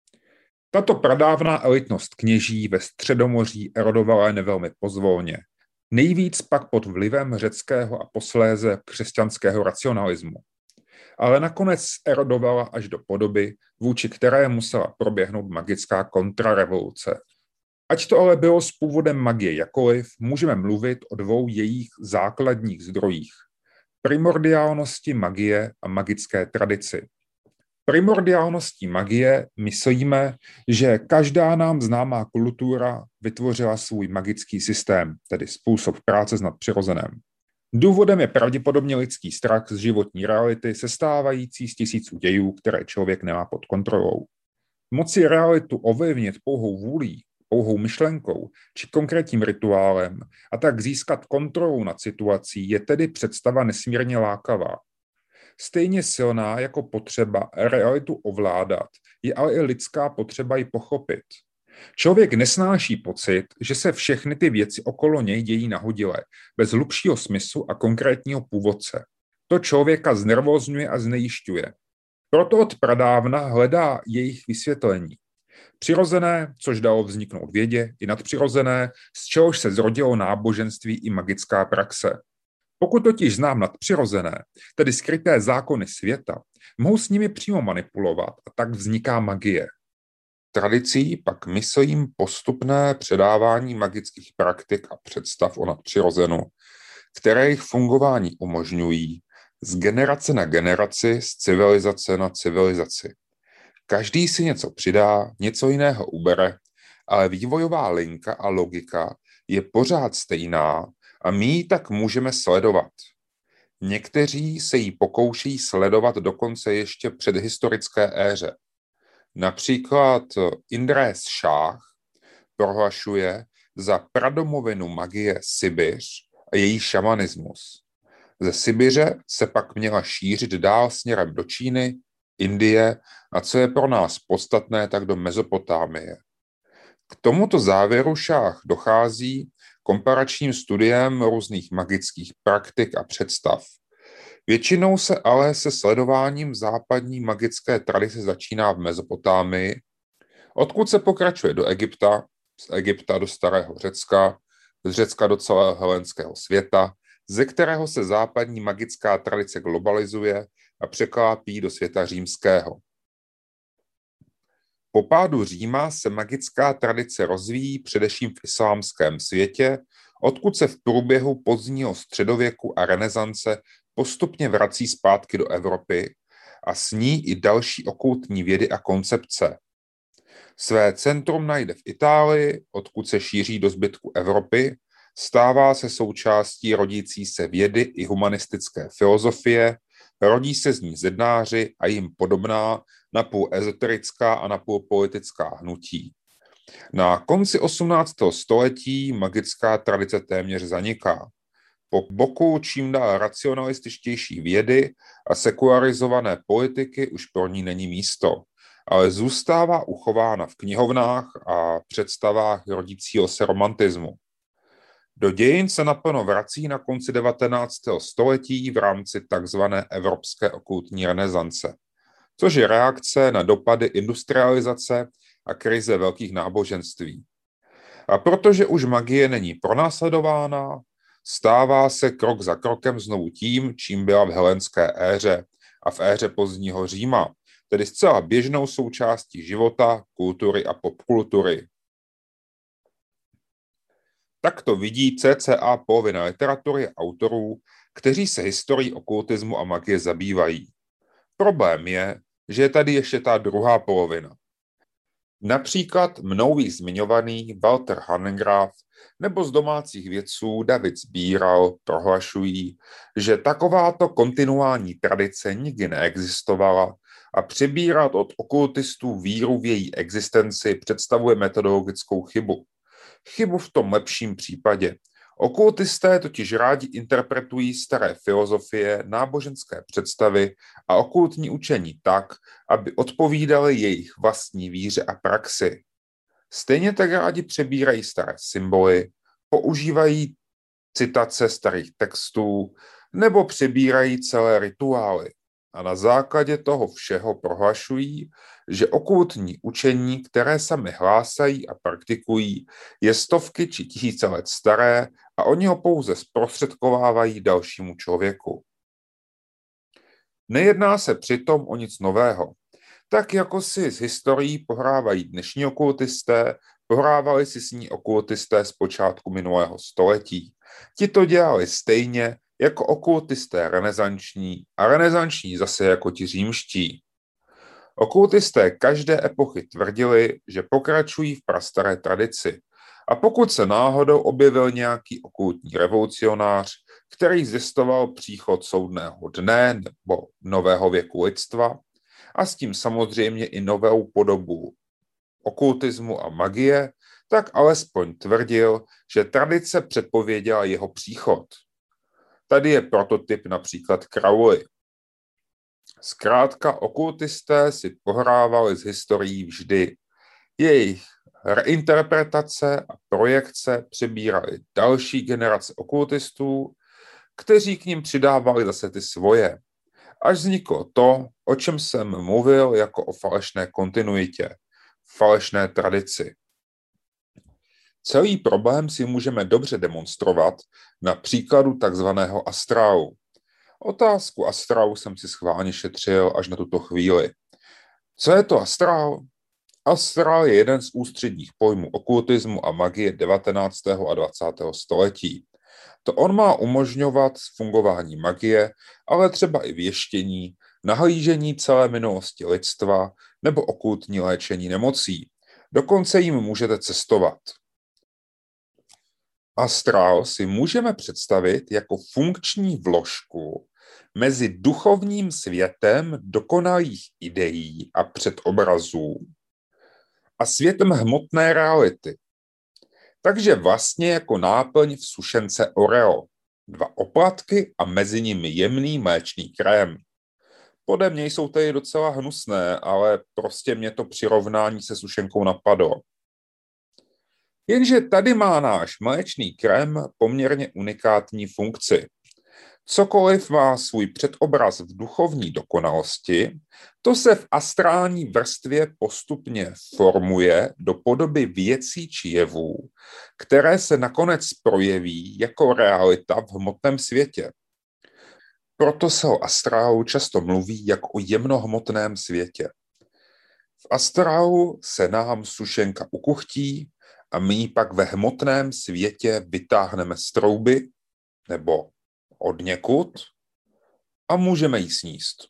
Tato pradávná elitnost kněží ve Středomoří erodovala jen velmi pozvolně. Nejvíc pak pod vlivem řeckého a posléze křesťanského racionalismu. Ale nakonec erodovala až do podoby, vůči které musela proběhnout magická kontrarevoluce. Ať to ale bylo s původem magie jakoliv, můžeme mluvit o dvou jejich základních zdrojích. Primordiálnosti magie a magické tradici. Primordiálností magie myslíme, že každá nám známá kultura vytvořila svůj magický systém, tedy způsob práce s nadpřirozeným. Důvodem je pravděpodobně lidský strach z životní reality, sestávající z tisíců dějů, které člověk nemá pod kontrolou. Moci realitu ovlivnit pouhou vůlí, pouhou myšlenkou či konkrétním rituálem a tak získat kontrolu nad situací je tedy představa nesmírně lákavá. Stejně silná jako potřeba realitu ovládat je ale i lidská potřeba ji pochopit. Člověk nesnáší pocit, že se všechny ty věci okolo něj dějí nahodile, bez hlubšího smyslu a konkrétního původce. To člověka znervózňuje a znejišťuje. Proto od pradávna hledá jejich vysvětlení. Přirozené, což dalo vzniknout vědě, i nadpřirozené, z čehož se zrodilo náboženství i magická praxe. Pokud totiž znám nadpřirozené, tedy skryté zákony světa, mohu s nimi přímo manipulovat a tak vzniká magie. Tradicí pak myslím postupné předávání magických praktik a představ o nadpřirozenu, které jejich fungování umožňují z generace na generaci, z civilizace na civilizaci. Každý si něco přidá, něco jiného ubere, ale vývojová linka a logika je pořád stejná a my ji tak můžeme sledovat. Někteří se jí pokouší sledovat dokonce ještě před historické éře. Například Indrés Šáh prohlašuje za pradomovinu magie Sibiř a její šamanismus. Ze Sibiře se pak měla šířit dál směrem do Číny, Indie a co je pro nás podstatné, tak do Mezopotámie. K tomuto závěru Šáh dochází komparačním studiem různých magických praktik a představ. Většinou se ale se sledováním západní magické tradice začíná v Mezopotámii, odkud se pokračuje do Egypta, z Egypta do Starého Řecka, z Řecka do celého helénského světa, ze kterého se západní magická tradice globalizuje a překlápí do světa římského. Po pádu Říma se magická tradice rozvíjí především v islámském světě, odkud se v průběhu pozdního středověku a renesance postupně vrací zpátky do Evropy a s ní i další okultní vědy a koncepce. Své centrum najde v Itálii, odkud se šíří do zbytku Evropy, stává se součástí rodící se vědy i humanistické filozofie, rodí se z ní zednáři a jim podobná napůl ezoterická a napůl politická hnutí. Na konci osmnáctého století magická tradice téměř zaniká. Po boku čím dál racionalističtější vědy a sekularizované politiky už pro ní není místo, ale zůstává uchována v knihovnách a představách rodícího se romantismu. Do dějin se naplno vrací na konci devatenáctého století v rámci tzv. Evropské okultní renesance, což je reakce na dopady industrializace a krize velkých náboženství. A protože už magie není pronásledována, stává se krok za krokem znovu tím, čím byla v helénské éře a v éře pozdního Říma, tedy zcela běžnou součástí života, kultury a popkultury. Tak to vidí cca polovina literatury a autorů, kteří se historií okultismu a magie zabývají. Problém je, že je tady ještě ta druhá polovina. Například mnou již zmiňovaný Walter Hanegraaff nebo z domácích vědců David Sbíral prohlašují, že takováto kontinuální tradice nikdy neexistovala a přebírat od okultistů víru v její existenci představuje metodologickou chybu. Chybu v tom lepším případě. Okultisté totiž rádi interpretují staré filozofie, náboženské představy a okultní učení tak, aby odpovídaly jejich vlastní víře a praxi. Stejně tak rádi přebírají staré symboly, používají citace starých textů nebo přebírají celé rituály. A na základě toho všeho prohlašují, že okultní učení, které sami hlásají a praktikují, je stovky či tisíce let staré a oni ho pouze zprostředkovávají dalšímu člověku. Nejedná se přitom o nic nového. Tak jako si s historií pohrávají dnešní okultisté, Pohrávali si s ní okultisté z počátku minulého století. Ti to dělali stejně jako okultisté renesanční a renesanční zase jako ti římští. Okultisté každé epochy tvrdili, že pokračují v prastaré tradici. A pokud se náhodou objevil nějaký okultní revolucionář, který zjistoval příchod soudného dne nebo nového věku lidstva a s tím samozřejmě i novou podobu okultismu a magie, tak alespoň tvrdil, že tradice předpověděla jeho příchod. Tady je prototyp například Crowley. Zkrátka okultisté si pohrávali s historií vždy. Jejich reinterpretace a projekce přebíraly další generace okultistů, kteří k nim přidávali zase ty svoje. Až vzniklo to, o čem jsem mluvil jako o falešné kontinuitě, falešné tradici. Celý problém si můžeme dobře demonstrovat na příkladu takzvaného astrálu. Otázku astrálu jsem si schválně šetřil až na tuto chvíli. Co je to astrál? Astrál je jeden z ústředních pojmů okultismu a magie devatenáctého a dvacátého století. To on má umožňovat fungování magie, ale třeba i věštění, nahlížení celé minulosti lidstva nebo okultní léčení nemocí. Dokonce jim můžete cestovat. Astrál si můžeme představit jako funkční vložku mezi duchovním světem dokonalých ideí a předobrazů a světem hmotné reality. Takže vlastně jako náplň v sušence Oreo. Dva oplatky a mezi nimi jemný mléčný krém. Pode mě jsou tady docela hnusné, ale prostě mě to přirovnání se sušenkou napadlo. Jenže tady má náš mléčný krém poměrně unikátní funkci. Cokoliv má svůj předobraz v duchovní dokonalosti, to se v astrální vrstvě postupně formuje do podoby věcí či jevů, které se nakonec projeví jako realita v hmotném světě. Proto se o astrálu často mluví jako o jemnohmotném světě. V astrálu se nám sušenka ukuchtí a my ji pak ve hmotném světě vytáhneme z trouby nebo odněkud a můžeme jí sníst.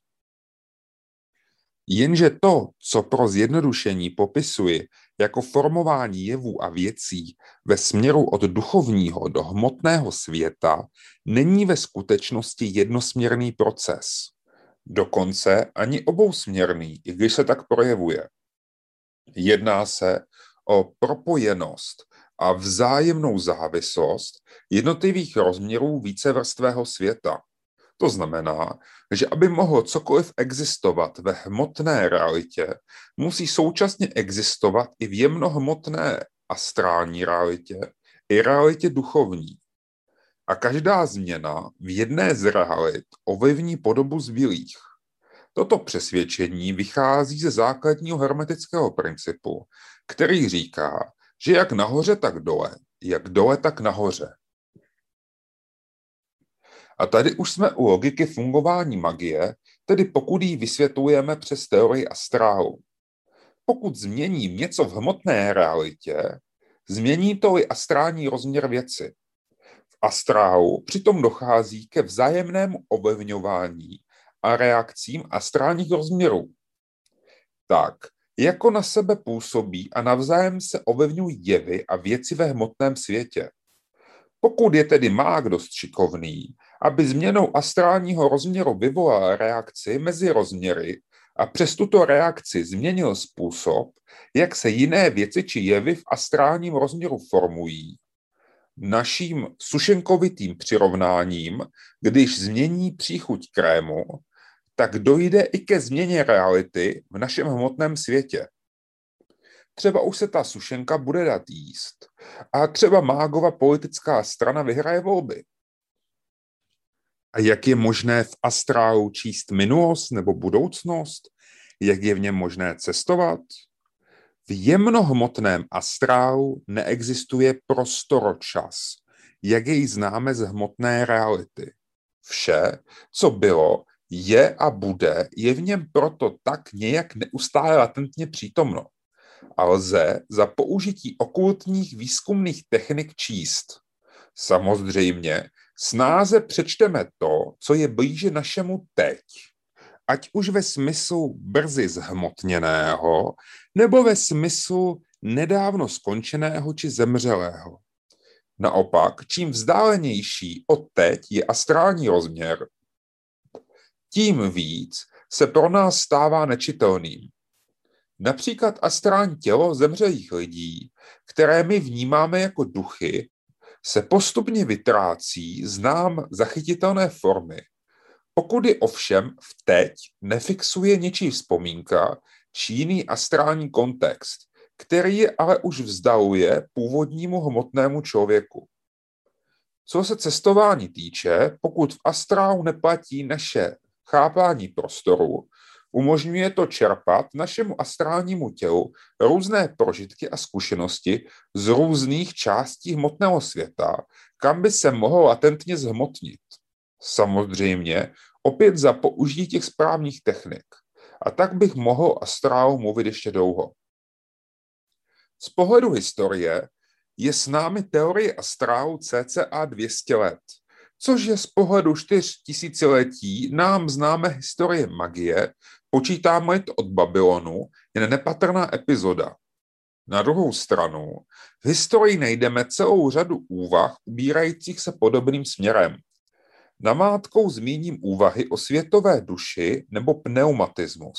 Jenže to, co pro zjednodušení popisuji jako formování jevů a věcí ve směru od duchovního do hmotného světa, není ve skutečnosti jednosměrný proces. Dokonce ani obousměrný, i když se tak projevuje. Jedná se o propojenost a vzájemnou závislost jednotlivých rozměrů vícevrstvého světa. To znamená, že aby mohlo cokoliv existovat ve hmotné realitě, musí současně existovat i v jemnohmotné astrální realitě, i realitě duchovní. A každá změna v jedné z realit ovlivní podobu zbylých. Toto přesvědčení vychází ze základního hermetického principu, který říká, že jak nahoře, tak dole, jak dole, tak nahoře. A tady už jsme u logiky fungování magie, tedy pokud ji vysvětlujeme přes teorii astrálu. Pokud změním něco v hmotné realitě, změní to i astrální rozměr věci. V astrálu přitom dochází ke vzájemnému ovlivňování a reakcím astrálních rozměrů. Tak, jako na sebe působí a navzájem se ovlivňují jevy a věci ve hmotném světě. Pokud je tedy mág dost šikovný, aby změnou astrálního rozměru vyvolal reakci mezi rozměry a přes tuto reakci změnil způsob, jak se jiné věci či jevy v astrálním rozměru formují, naším sušenkovitým přirovnáním, když změní příchuť krému, tak dojde i ke změně reality v našem hmotném světě. Třeba už se ta sušenka bude dát jíst a třeba mágova politická strana vyhraje volby. A jak je možné v astrálu číst minulost nebo budoucnost? Jak je v něm možné cestovat? V jemnohmotném astrálu neexistuje prostoročas, jak jej známe z hmotné reality. Vše, co bylo, je a bude, je v něm proto tak nějak neustále latentně přítomno. a lze za použití okultních výzkumných technik číst. Samozřejmě snáze přečteme to, co je blíže našemu teď, ať už ve smyslu brzy zhmotněného, nebo ve smyslu nedávno skončeného či zemřelého. Naopak, čím vzdálenější od teď je astrální rozměr, tím víc se pro nás stává nečitelným. Například astrální tělo zemřelých lidí, které my vnímáme jako duchy, se postupně vytrácí z nám zachytitelné formy, pokud je ovšem v teď nefixuje něčí vzpomínka či jiný astrální kontext, který je ale už vzdaluje původnímu hmotnému člověku. Co se cestování týče, pokud v astrálu neplatí naše chápání prostoru, umožňuje to čerpat našemu astrálnímu tělu různé prožitky a zkušenosti z různých částí hmotného světa, kam by se mohlo latentně zhmotnit. Samozřejmě opět za použití těch správných technik. A tak bych mohl o astrálu mluvit ještě dlouho. Z pohledu historie je s námi teorie astrálu cca dvě stě let, což je z pohledu čtyř tisíciletí nám známé historie magie, počítáme to od Babylonu, jen nepatrná epizoda. Na druhou stranu, v historii najdeme celou řadu úvah ubírajících se podobným směrem. Namátkou zmíním úvahy o světové duši nebo pneumatismus.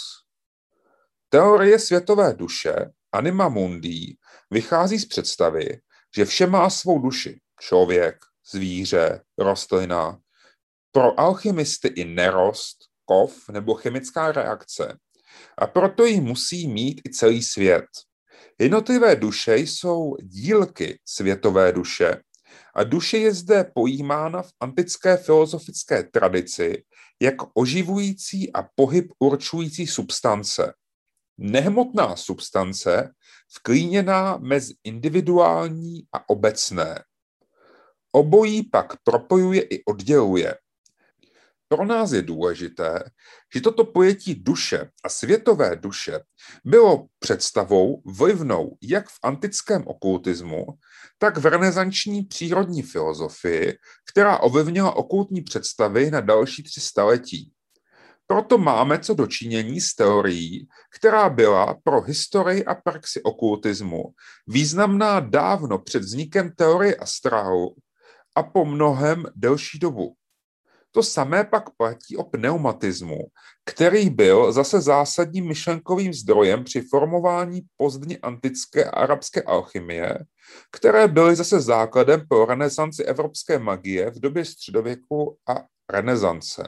Teorie světové duše, anima mundi, vychází z představy, že vše má svou duši, člověk, zvíře, rostlina, pro alchymisty i nerost, kov nebo chemická reakce, a proto ji musí mít i celý svět. Jednotlivé duše jsou dílky světové duše a duše je zde pojímána v antické filozofické tradici jako oživující a pohyb určující substance. Nehmotná substance vklíněná mezi individuální a obecné. Obojí pak propojuje i odděluje. Pro nás je důležité, že toto pojetí duše a světové duše bylo představou vlivnou jak v antickém okultismu, tak v renesanční přírodní filozofii, která ovlivnila okultní představy na další tři staletí. Proto máme co dočinění s teorií, která byla pro historii a praxi okultismu významná dávno před vznikem teorie astrálu a po mnohem delší dobu. To samé pak platí o pneumatismu, který byl zase zásadním myšlenkovým zdrojem při formování pozdně antické a arabské alchymie, které byly zase základem pro renesanci evropské magie v době středověku a renesance.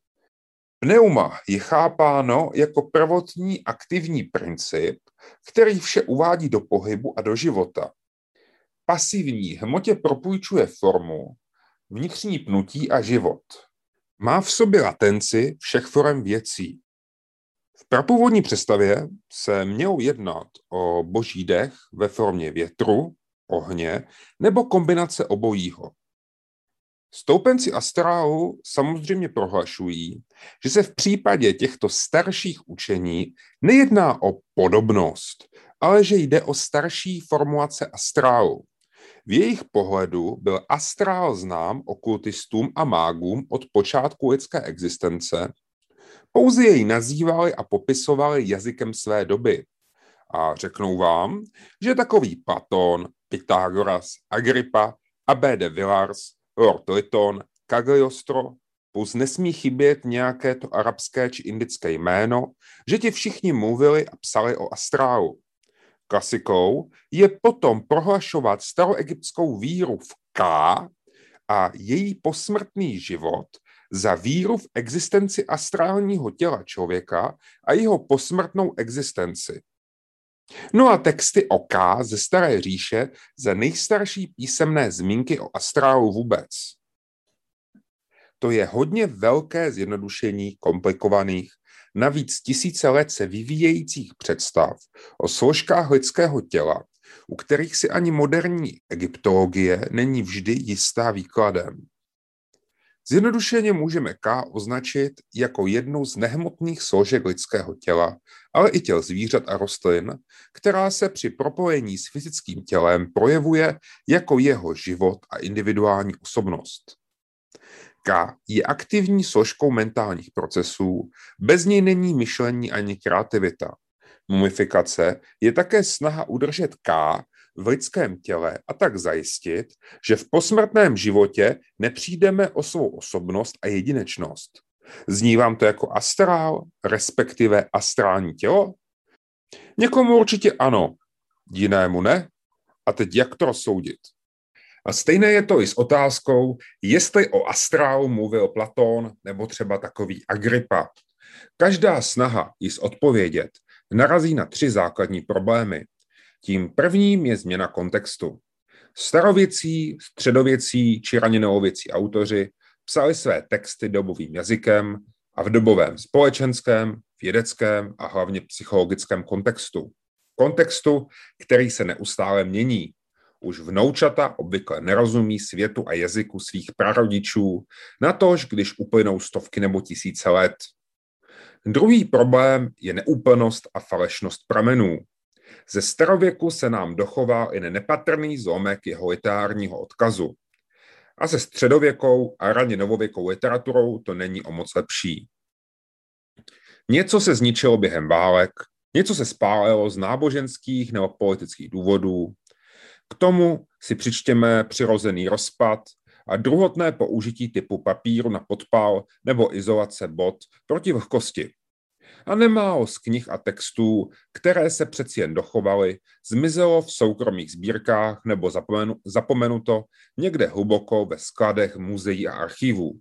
Pneuma je chápáno jako prvotní aktivní princip, který vše uvádí do pohybu a do života. Pasivní hmotě propůjčuje formu, vnitřní pnutí a život. Má v sobě latenci všech forem věcí. V prapůvodní představě se mělo jednat o boží dech ve formě větru, ohně nebo kombinace obojího. Stoupenci astrálu samozřejmě prohlašují, že se v případě těchto starších učení nejedná o podobnost, ale že jde o starší formulace astrálu. V jejich pohledu byl astrál znám okultistům a mágům od počátku lidské existence, pouze jej nazývali a popisovali jazykem své doby. A řeknou vám, že takový Platon, Pythagoras, Agrippa, Abbé de Villars, Lord Lytton, Cagliostro, plus nesmí chybět nějaké to arabské či indické jméno, že ti všichni mluvili a psali o astrálu. Klasikou je potom prohlašovat staroegyptskou víru v Ká a její posmrtný život za víru v existenci astrálního těla člověka a jeho posmrtnou existenci. No a texty o Ká ze Staré říše za nejstarší písemné zmínky o astrálu vůbec. To je hodně velké zjednodušení komplikovaných, navíc tisíce let se vyvíjejících představ o složkách lidského těla, u kterých si ani moderní egyptologie není vždy jistá výkladem. Zjednodušeně můžeme K označit jako jednu z nehmotných složek lidského těla, ale i těl zvířat a rostlin, která se při propojení s fyzickým tělem projevuje jako jeho život a individuální osobnost. K je aktivní složkou mentálních procesů, bez něj není myšlení ani kreativita. Mumifikace je také snaha udržet K v lidském těle a tak zajistit, že v posmrtném životě nepřijdeme o svou osobnost a jedinečnost. Zní vám to jako astrál, respektive astrální tělo? Někomu určitě ano, jinému ne. A teď jak to rozsoudit? A stejné je to i s otázkou, jestli o astrálu mluvil Platón nebo třeba takový Agrippa. Každá snaha jis odpovědět narazí na tři základní problémy. Tím prvním je změna kontextu. Starověcí, středověcí či raněnověcí autoři psali své texty dobovým jazykem a v dobovém společenském, vědeckém a hlavně psychologickém kontextu. Kontextu, který se neustále mění. Už vnoučata obvykle nerozumí světu a jazyku svých prarodičů, natož když uplynou stovky nebo tisíce let. Druhý problém je neúplnost a falešnost pramenů. Ze starověku se nám dochoval i nepatrný zlomek jeho literárního odkazu. A se středověkou a raně novověkou literaturou to není o moc lepší. Něco se zničilo během válek, něco se spálilo z náboženských nebo politických důvodů. K tomu si přičtěme přirozený rozpad a druhotné použití typu papíru na podpal nebo izolace bod proti vlhkosti. A nemálo z knih a textů, které se přeci jen dochovaly, zmizelo v soukromých sbírkách nebo zapomenu, zapomenuto někde hluboko ve skladech muzeí a archivů.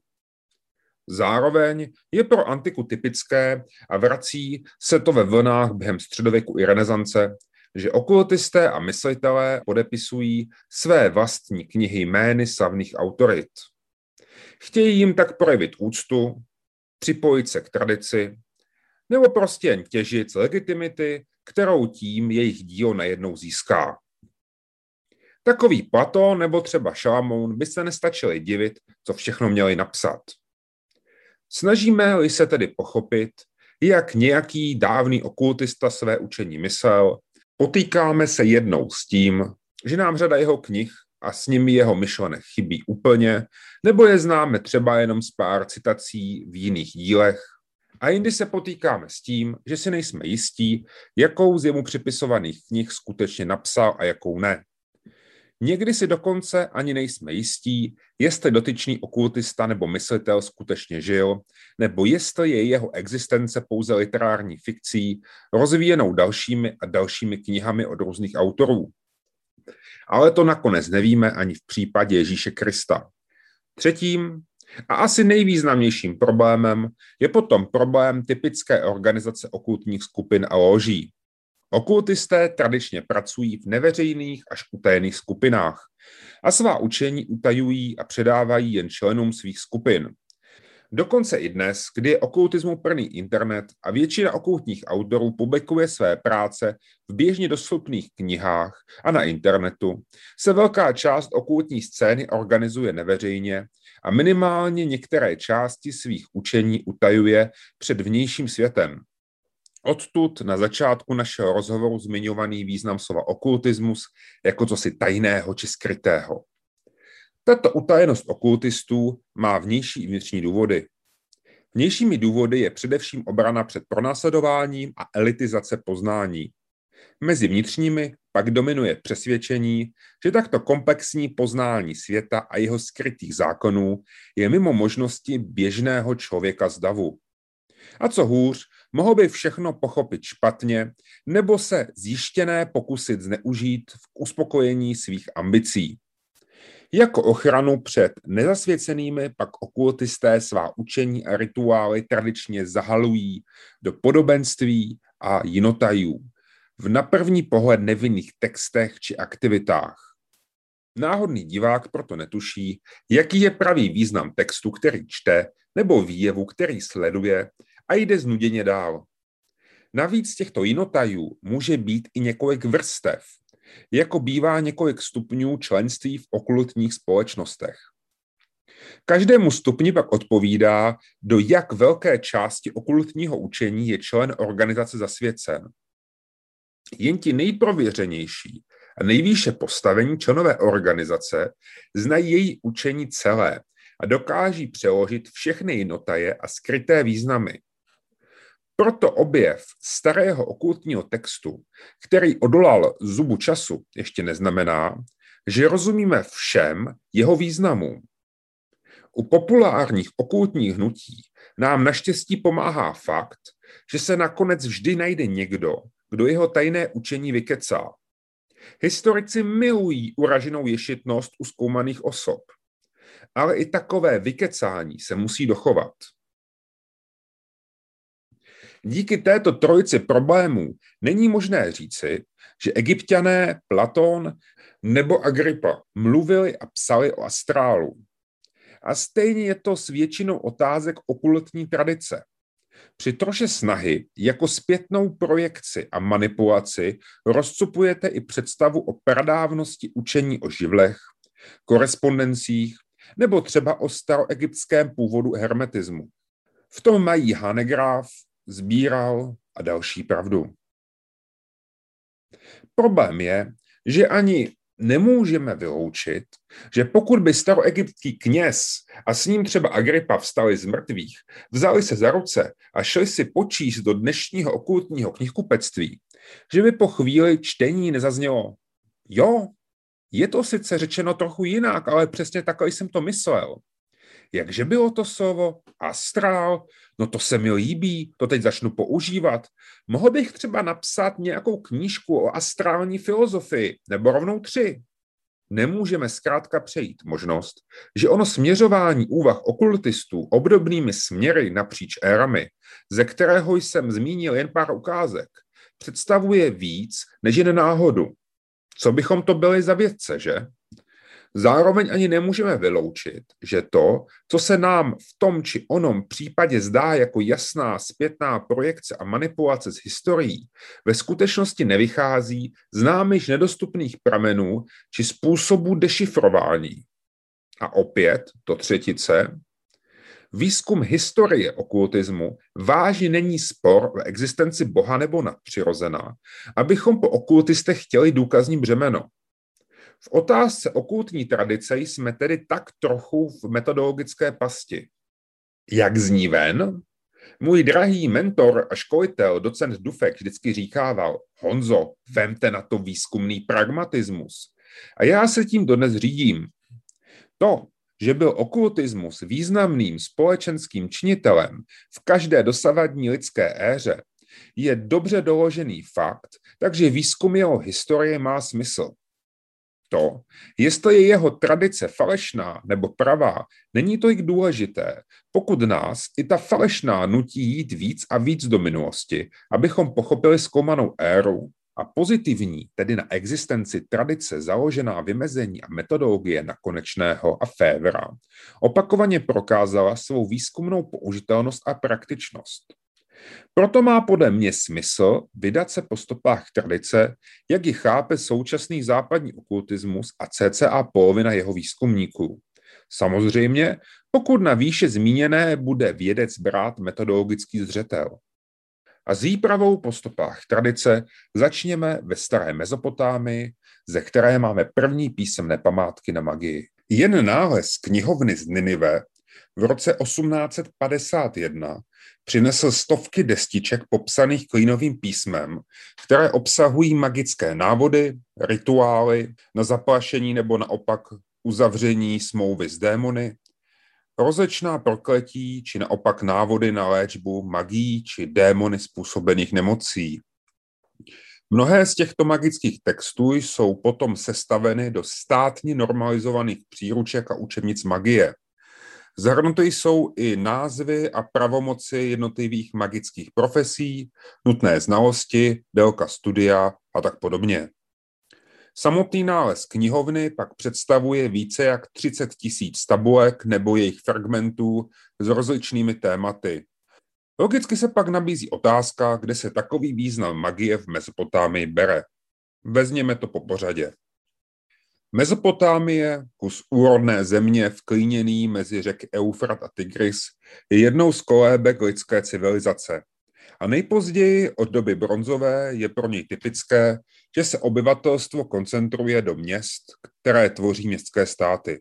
Zároveň je pro antiku typické a vrací se to ve vlnách během středověku i renesance, že okultisté a myslitelé podepisují své vlastní knihy jmény slavných autorit. Chtějí jim tak projevit úctu, připojit se k tradici, nebo prostě jen těžit z legitimity, kterou tím jejich dílo najednou získá. Takový Platón nebo třeba Šalamoun by se nestačili divit, co všechno měli napsat. Snažíme-li se tedy pochopit, jak nějaký dávný okultista své učení myslel, potýkáme se jednou s tím, že nám řada jeho knih a s nimi jeho myšlenek chybí úplně, nebo je známe třeba jenom z pár citací v jiných dílech, a jindy se potýkáme s tím, že si nejsme jistí, jakou z jemu připisovaných knih skutečně napsal a jakou ne. Někdy si dokonce ani nejsme jistí, jestli dotyčný okultista nebo myslitel skutečně žil, nebo jestli je jeho existence pouze literární fikcí, rozvíjenou dalšími a dalšími knihami od různých autorů. Ale to nakonec nevíme ani v případě Ježíše Krista. Třetím a asi nejvýznamnějším problémem je potom problém typické organizace okultních skupin a loží. Okultisté tradičně pracují v neveřejných až utajených skupinách a svá učení utajují a předávají jen členům svých skupin. Dokonce i dnes, kdy je okultismu plný internet a většina okultních autorů publikuje své práce v běžně dostupných knihách a na internetu, se velká část okultní scény organizuje neveřejně a minimálně některé části svých učení utajuje před vnějším světem. Odtud na začátku našeho rozhovoru zmiňovaný význam slova okultismus jako cosi tajného či skrytého. Tato utajenost okultistů má vnější i vnitřní důvody. Vnějšími důvody je především obrana před pronásledováním a elitizace poznání. Mezi vnitřními pak dominuje přesvědčení, že takto komplexní poznání světa a jeho skrytých zákonů je mimo možnosti běžného člověka z davu. A co hůř, mohou by všechno pochopit špatně nebo se zjištěné pokusit zneužít v uspokojení svých ambicí. Jako ochranu před nezasvěcenými pak okultisté svá učení a rituály tradičně zahalují do podobenství a jinotajů v na první pohled nevinných textech či aktivitách. Náhodný divák proto netuší, jaký je pravý význam textu, který čte, nebo výjevu, který sleduje a jde znuděně dál. Navíc těchto jinotajů může být i několik vrstev, jako bývá několik stupňů členství v okultních společnostech. Každému stupni pak odpovídá, do jak velké části okultního učení je člen organizace zasvěcen. Jen ti nejprověřenější a nejvýše postavení členové organizace znají její učení celé a dokáží přeložit všechny jednotaje a skryté významy. Proto objev starého okultního textu, který odolal zubu času, ještě neznamená, že rozumíme všem jeho významům. U populárních okultních hnutí nám naštěstí pomáhá fakt, že se nakonec vždy najde někdo, kdo jeho tajné učení vykecá. Historici milují uraženou ješitnost u zkoumaných osob, ale i takové vykecání se musí dochovat. Díky této trojici problémů není možné říci, že Egypťané, Platón nebo Agrippa mluvili a psali o astrálu. A stejně je to s většinou otázek okultní tradice. Při troše snahy jako zpětnou projekci a manipulaci rozcupujete i představu o pradávnosti učení o živlech, korespondencích nebo třeba o staroegyptském původu hermetismu. V tom mají Hanegraaff, Sbíral a další pravdu. Problém je, že ani nemůžeme vyloučit, že pokud by staroegyptský kněz a s ním třeba Agrippa vstali z mrtvých, vzali se za ruce a šli si počíst do dnešního okultního knihkupectví, že by po chvíli čtení nezaznělo: jo, je to sice řečeno trochu jinak, ale přesně takhle jsem to myslel. Jakže bylo to slovo astrál? No to se mi líbí, to teď začnu používat. Mohl bych třeba napsat nějakou knížku o astrální filozofii, nebo rovnou tři. Nemůžeme zkrátka přejít možnost, že ono směřování úvah okultistů obdobnými směry napříč érami, ze kterého jsem zmínil jen pár ukázek, představuje víc než jen náhodu. Co bychom to byli za vědce, že? Zároveň ani nemůžeme vyloučit, že to, co se nám v tom či onom případě zdá jako jasná zpětná projekce a manipulace s historií, ve skutečnosti nevychází z nám již nedostupných pramenů či způsobů dešifrování. A opět, to třetice, výzkum historie okultismu vážně není spor o existenci Boha nebo nadpřirozená, abychom po okultistech chtěli důkazní břemeno. V otázce okultní tradice jsme tedy tak trochu v metodologické pasti. Jak zní ven? Můj drahý mentor a školitel, docent Dufek, vždycky říkával: Honzo, vemte na to výzkumný pragmatismus. A já se tím dodnes řídím. To, že byl okultismus významným společenským činitelem v každé dosavadní lidské éře, je dobře doložený fakt, takže výzkum jeho historie má smysl. To, jestli je jeho tradice falešná nebo pravá, není tolik důležité, pokud nás i ta falešná nutí jít víc a víc do minulosti, abychom pochopili zkoumanou éru a pozitivní, tedy na existenci tradice založená vymezení a metodologie nakonečného a févera, opakovaně prokázala svou výzkumnou použitelnost a praktičnost. Proto má podle mě smysl vydat se po stopách tradice, jak ji chápe současný západní okultismus a cca polovina jeho výzkumníků. Samozřejmě, pokud na výše zmíněné bude vědec brát metodologický zřetel. A s výpravou po stopách tradice začněme ve staré Mezopotámii, ze které máme první písemné památky na magii. Jen nález knihovny z Ninive v roce osmnáct set padesát jedna přinesl stovky destiček popsaných klínovým písmem, které obsahují magické návody, rituály na zaplašení nebo naopak uzavření smlouvy s démony, rozličná prokletí či naopak návody na léčbu magií či démony způsobených nemocí. Mnohé z těchto magických textů jsou potom sestaveny do státně normalizovaných příruček a učebnic magie. Zahrnuty jsou i názvy a pravomoci jednotlivých magických profesí, nutné znalosti, délka studia a tak podobně. Samotný nález knihovny pak představuje více jak třicet tisíc tabulek nebo jejich fragmentů s rozličnými tématy. Logicky se pak nabízí otázka, kde se takový význam magie v Mezopotámii bere. Vezměme to po pořadě. Mezopotámie, kus úrodné země vklíněný mezi řeky Eufrat a Tigris, je jednou z kolébek lidské civilizace. A nejpozději od doby bronzové je pro něj typické, že se obyvatelstvo koncentruje do měst, které tvoří městské státy.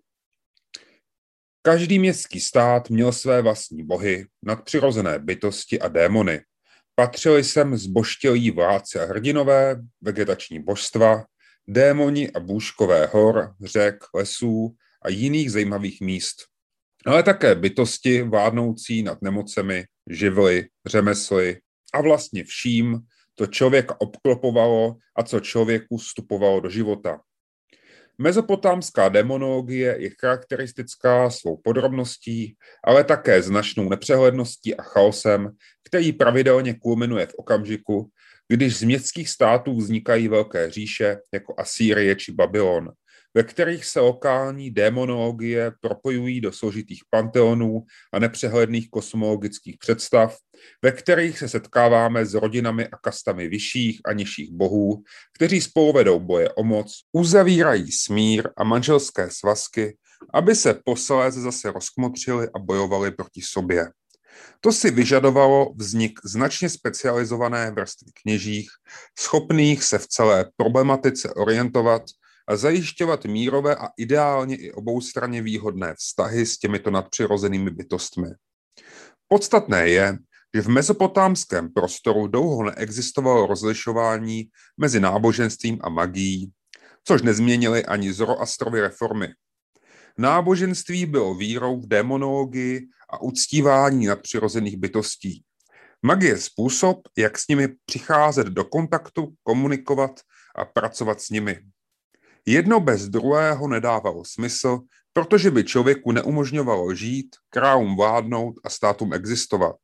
Každý městský stát měl své vlastní bohy, nadpřirozené bytosti a démony. Patřili sem zboštělí vládci a hrdinové, vegetační božstva, démoni a bůžkové hor, řek, lesů a jiných zajímavých míst. Ale také bytosti vládnoucí nad nemocemi, živly, řemesly a vlastně vším, co člověka obklopovalo a co člověku vstupovalo do života. Mezopotámská démonologie je charakteristická svou podrobností, ale také značnou nepřehledností a chaosem, který pravidelně kulminuje v okamžiku, když z městských států vznikají velké říše jako Asýrie či Babylon, ve kterých se lokální démonologie propojují do složitých panteonů a nepřehledných kosmologických představ, ve kterých se setkáváme s rodinami a kastami vyšších a nižších bohů, kteří spolu vedou boje o moc, uzavírají smír a manželské svazky, aby se posléze zase rozkmotřili a bojovali proti sobě. To si vyžadovalo vznik značně specializované vrstvy kněžích, schopných se v celé problematice orientovat a zajišťovat mírové a ideálně i oboustranně výhodné vztahy s těmito nadpřirozenými bytostmi. Podstatné je, že v mezopotámském prostoru dlouho neexistovalo rozlišování mezi náboženstvím a magií, což nezměnily ani Zoroastrovy reformy. Náboženství bylo vírou v démonologii a uctívání nadpřirozených bytostí. Magie je způsob, jak s nimi přicházet do kontaktu, komunikovat a pracovat s nimi. Jedno bez druhého nedávalo smysl, protože by člověku neumožňovalo žít, králům vládnout a státům existovat.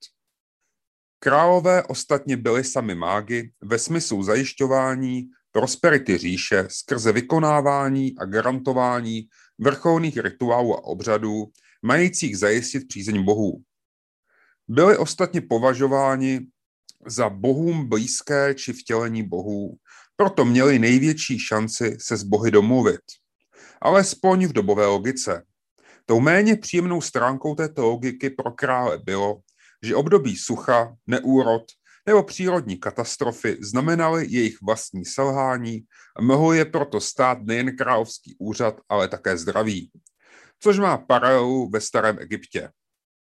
Králové ostatně byli sami mágy ve smyslu zajišťování prosperity říše skrze vykonávání a garantování vrcholných rituálů a obřadů, majících zajistit přízeň bohů. Byli ostatně považováni za bohům blízké či vtělení bohů, proto měli největší šanci se s bohy domluvit. Alespoň v dobové logice. Tou méně příjemnou stránkou této logiky pro krále bylo, že období sucha, neúrod nebo přírodní katastrofy znamenaly jejich vlastní selhání a mohl je proto stát nejen královský úřad, ale také zdraví, což má paralelu ve starém Egyptě.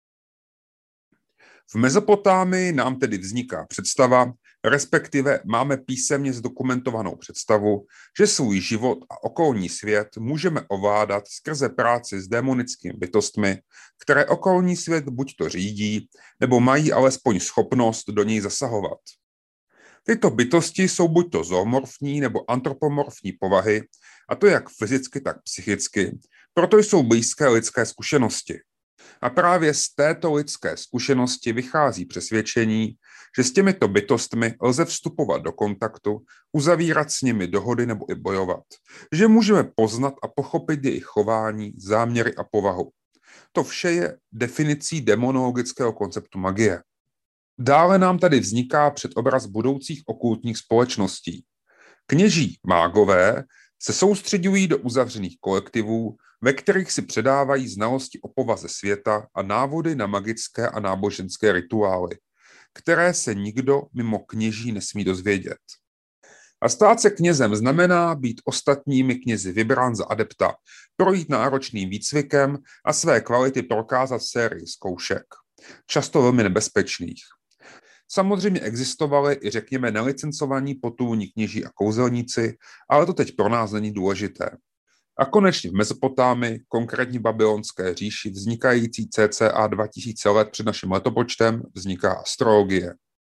V Mezopotámii nám tedy vzniká představa, respektive máme písemně zdokumentovanou představu, že svůj život a okolní svět můžeme ovládat skrze práci s démonickými bytostmi, které okolní svět buď to řídí, nebo mají alespoň schopnost do něj zasahovat. Tyto bytosti jsou buď to zoomorfní nebo antropomorfní povahy, a to jak fyzicky, tak psychicky, proto jsou blízké lidské zkušenosti. A právě z této lidské zkušenosti vychází přesvědčení, že s těmito bytostmi lze vstupovat do kontaktu, uzavírat s nimi dohody nebo i bojovat, že můžeme poznat a pochopit jejich chování, záměry a povahu. To vše je definicí demonologického konceptu magie. Dále nám tady vzniká předobraz budoucích okultních společností. Kněží mágové se soustředují do uzavřených kolektivů, ve kterých si předávají znalosti o povaze světa a návody na magické a náboženské rituály, které se nikdo mimo kněží nesmí dozvědět. A stát se knězem znamená být ostatními knězi vybrán za adepta, projít náročným výcvikem a své kvality prokázat v sérii zkoušek, často velmi nebezpečných. Samozřejmě existovali i řekněme nelicencovaní potulní kněží a kouzelníci, ale to teď pro nás není důležité. A konečně v Mezopotámii, konkrétně babylonské říši, vznikající cca dva tisíce let před naším letopočtem, vzniká astrologie.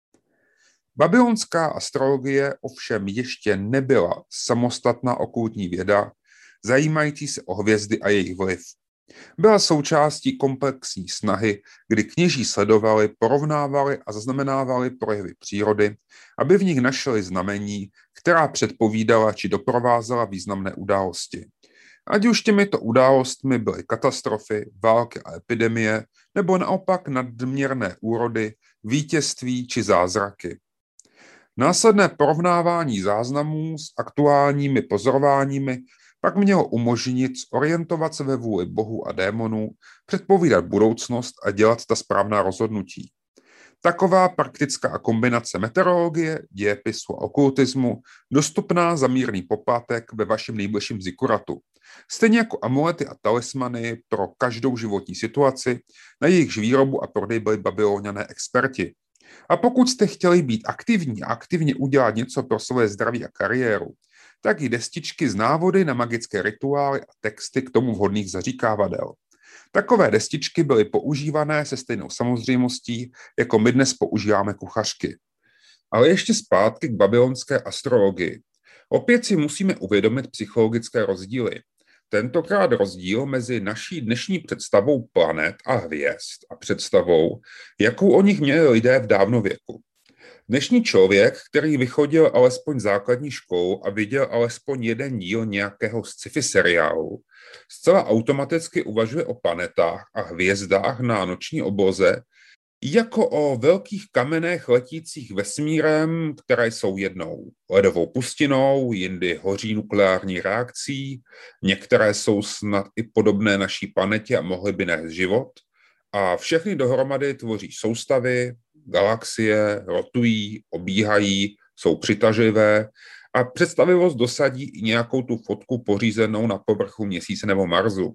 Babylonská astrologie ovšem ještě nebyla samostatná okultní věda, zajímající se o hvězdy a jejich vliv. Byla součástí komplexní snahy, kdy kněží sledovali, porovnávali a zaznamenávali projevy přírody, aby v nich našli znamení, která předpovídala či doprovázela významné události. Ať už těmito událostmi byly katastrofy, války a epidemie, nebo naopak nadměrné úrody, vítězství či zázraky. Následné porovnávání záznamů s aktuálními pozorováními pak mělo umožnit orientovat se ve vůli bohů a démonů, předpovídat budoucnost a dělat ta správná rozhodnutí. Taková praktická kombinace meteorologie, dějepisu a okultismu, dostupná za mírný poplatek ve vašem nejbližším zikuratu. Stejně jako amulety a talismany pro každou životní situaci, na jejichž výrobu a prodej byli Babyloniané experti. A pokud jste chtěli být aktivní a aktivně udělat něco pro své zdraví a kariéru, tak i destičky z návody na magické rituály a texty k tomu vhodných zaříkávadel. Takové destičky byly používané se stejnou samozřejmostí, jako my dnes používáme kuchařky. Ale ještě zpátky k babylonské astrologii. Opět si musíme uvědomit psychologické rozdíly. Tentokrát rozdíl mezi naší dnešní představou planet a hvězd a představou, jakou o nich měli lidé v dávnověku. Dnešní člověk, který vychodil alespoň základní školu a viděl alespoň jeden díl nějakého sci-fi seriálu, zcela automaticky uvažuje o planetách a hvězdách na noční obloze jako o velkých kamenech letících vesmírem, které jsou jednou ledovou pustinou, jindy hoří nukleární reakcí, některé jsou snad i podobné naší planetě a mohly by nést život, a všechny dohromady tvoří soustavy, galaxie, rotují, obíhají, jsou přitažlivé a představivost dosadí i nějakou tu fotku pořízenou na povrchu Měsíce nebo Marsu.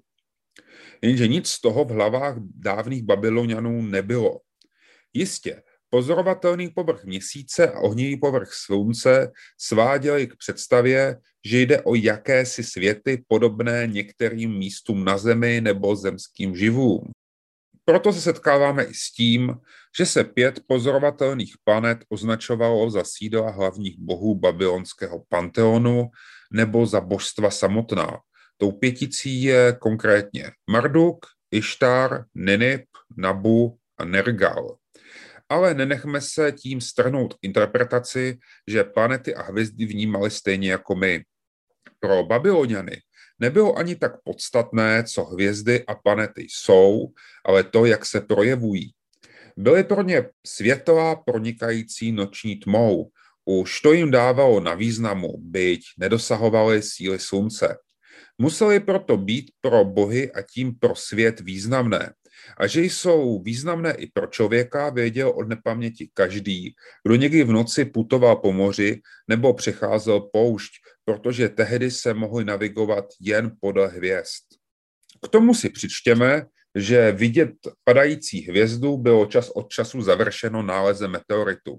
Jenže nic z toho v hlavách dávných Babylonianů nebylo. Jistě, pozorovatelný povrch Měsíce a ohnivý povrch Slunce sváděli k představě, že jde o jakési světy podobné některým místům na Zemi nebo zemským živům. Proto se setkáváme i s tím, že se pět pozorovatelných planet označovalo za sídla hlavních bohů babylonského panteonu nebo za božstva samotná. Tou pěticí je konkrétně Marduk, Ištar, Ninip, Nabu a Nergal. Ale nenechme se tím strhnout interpretaci, že planety a hvězdy vnímali stejně jako my. Pro Babyloniany nebylo ani tak podstatné, co hvězdy a planety jsou, ale to, jak se projevují. Byly pro ně světla pronikající noční tmou. Už to jim dávalo na významu, byť nedosahovaly síly slunce. Museli proto být pro bohy a tím pro svět významné. A že jsou významné i pro člověka, věděl od nepaměti každý, kdo někdy v noci putoval po moři nebo přecházel poušť, protože tehdy se mohli navigovat jen podle hvězd. K tomu si přičtěme, že vidět padající hvězdu bylo čas od času završeno nálezem meteoritu.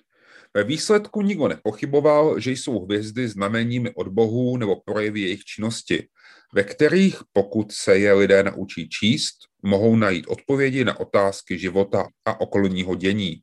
Ve výsledku nikdo nepochyboval, že jsou hvězdy znameními od bohů nebo projevy jejich činnosti, ve kterých, pokud se je lidé naučí číst, mohou najít odpovědi na otázky života a okolního dění.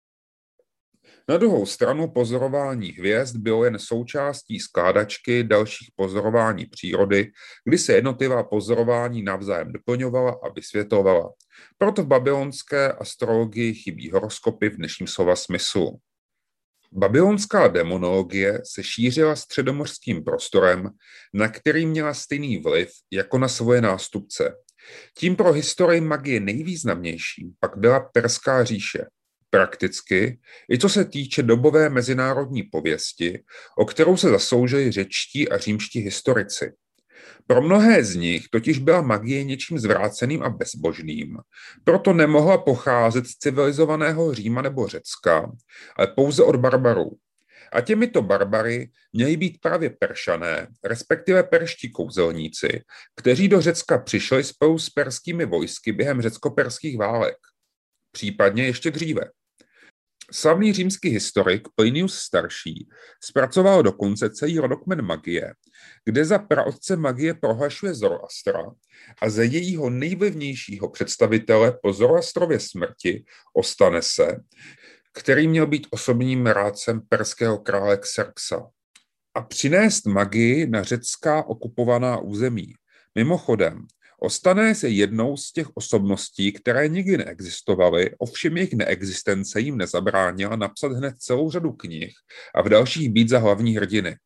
Na druhou stranu pozorování hvězd bylo jen součástí skládačky dalších pozorování přírody, kdy se jednotlivá pozorování navzájem doplňovala a vysvětlovala. Proto v babylonské astrologii chybí horoskopy v dnešním slova smyslu. Babylonská demonologie se šířila středomořským prostorem, na který měla stejný vliv jako na svoje nástupce. Tím pro historii magie nejvýznamnější pak byla Perská říše. Prakticky, i co se týče dobové mezinárodní pověsti, o kterou se zasloužili řečtí a římští historici. Pro mnohé z nich totiž byla magie něčím zvráceným a bezbožným, proto nemohla pocházet z civilizovaného Říma nebo Řecka, ale pouze od barbarů. A těmito barbary měli být právě Peršané, respektive perští kouzelníci, kteří do Řecka přišli spolu s perskými vojsky během řecko-perských válek. Případně ještě dříve. Slavný římský historik Plinius starší zpracoval dokonce celý rodokmen magie, kde za praotce magie prohlašuje Zoroastra a za jejího nejvlivnějšího představitele po Zoroastrově smrti Ostanese, který měl být osobním rádcem perského krále Xerxa, a přinést magii na řecká okupovaná území. Mimochodem, Ostanes je jednou z těch osobností, které nikdy neexistovaly, ovšem jejich neexistence jim nezabránila napsat hned celou řadu knih a v dalších být za hlavní hrdiny.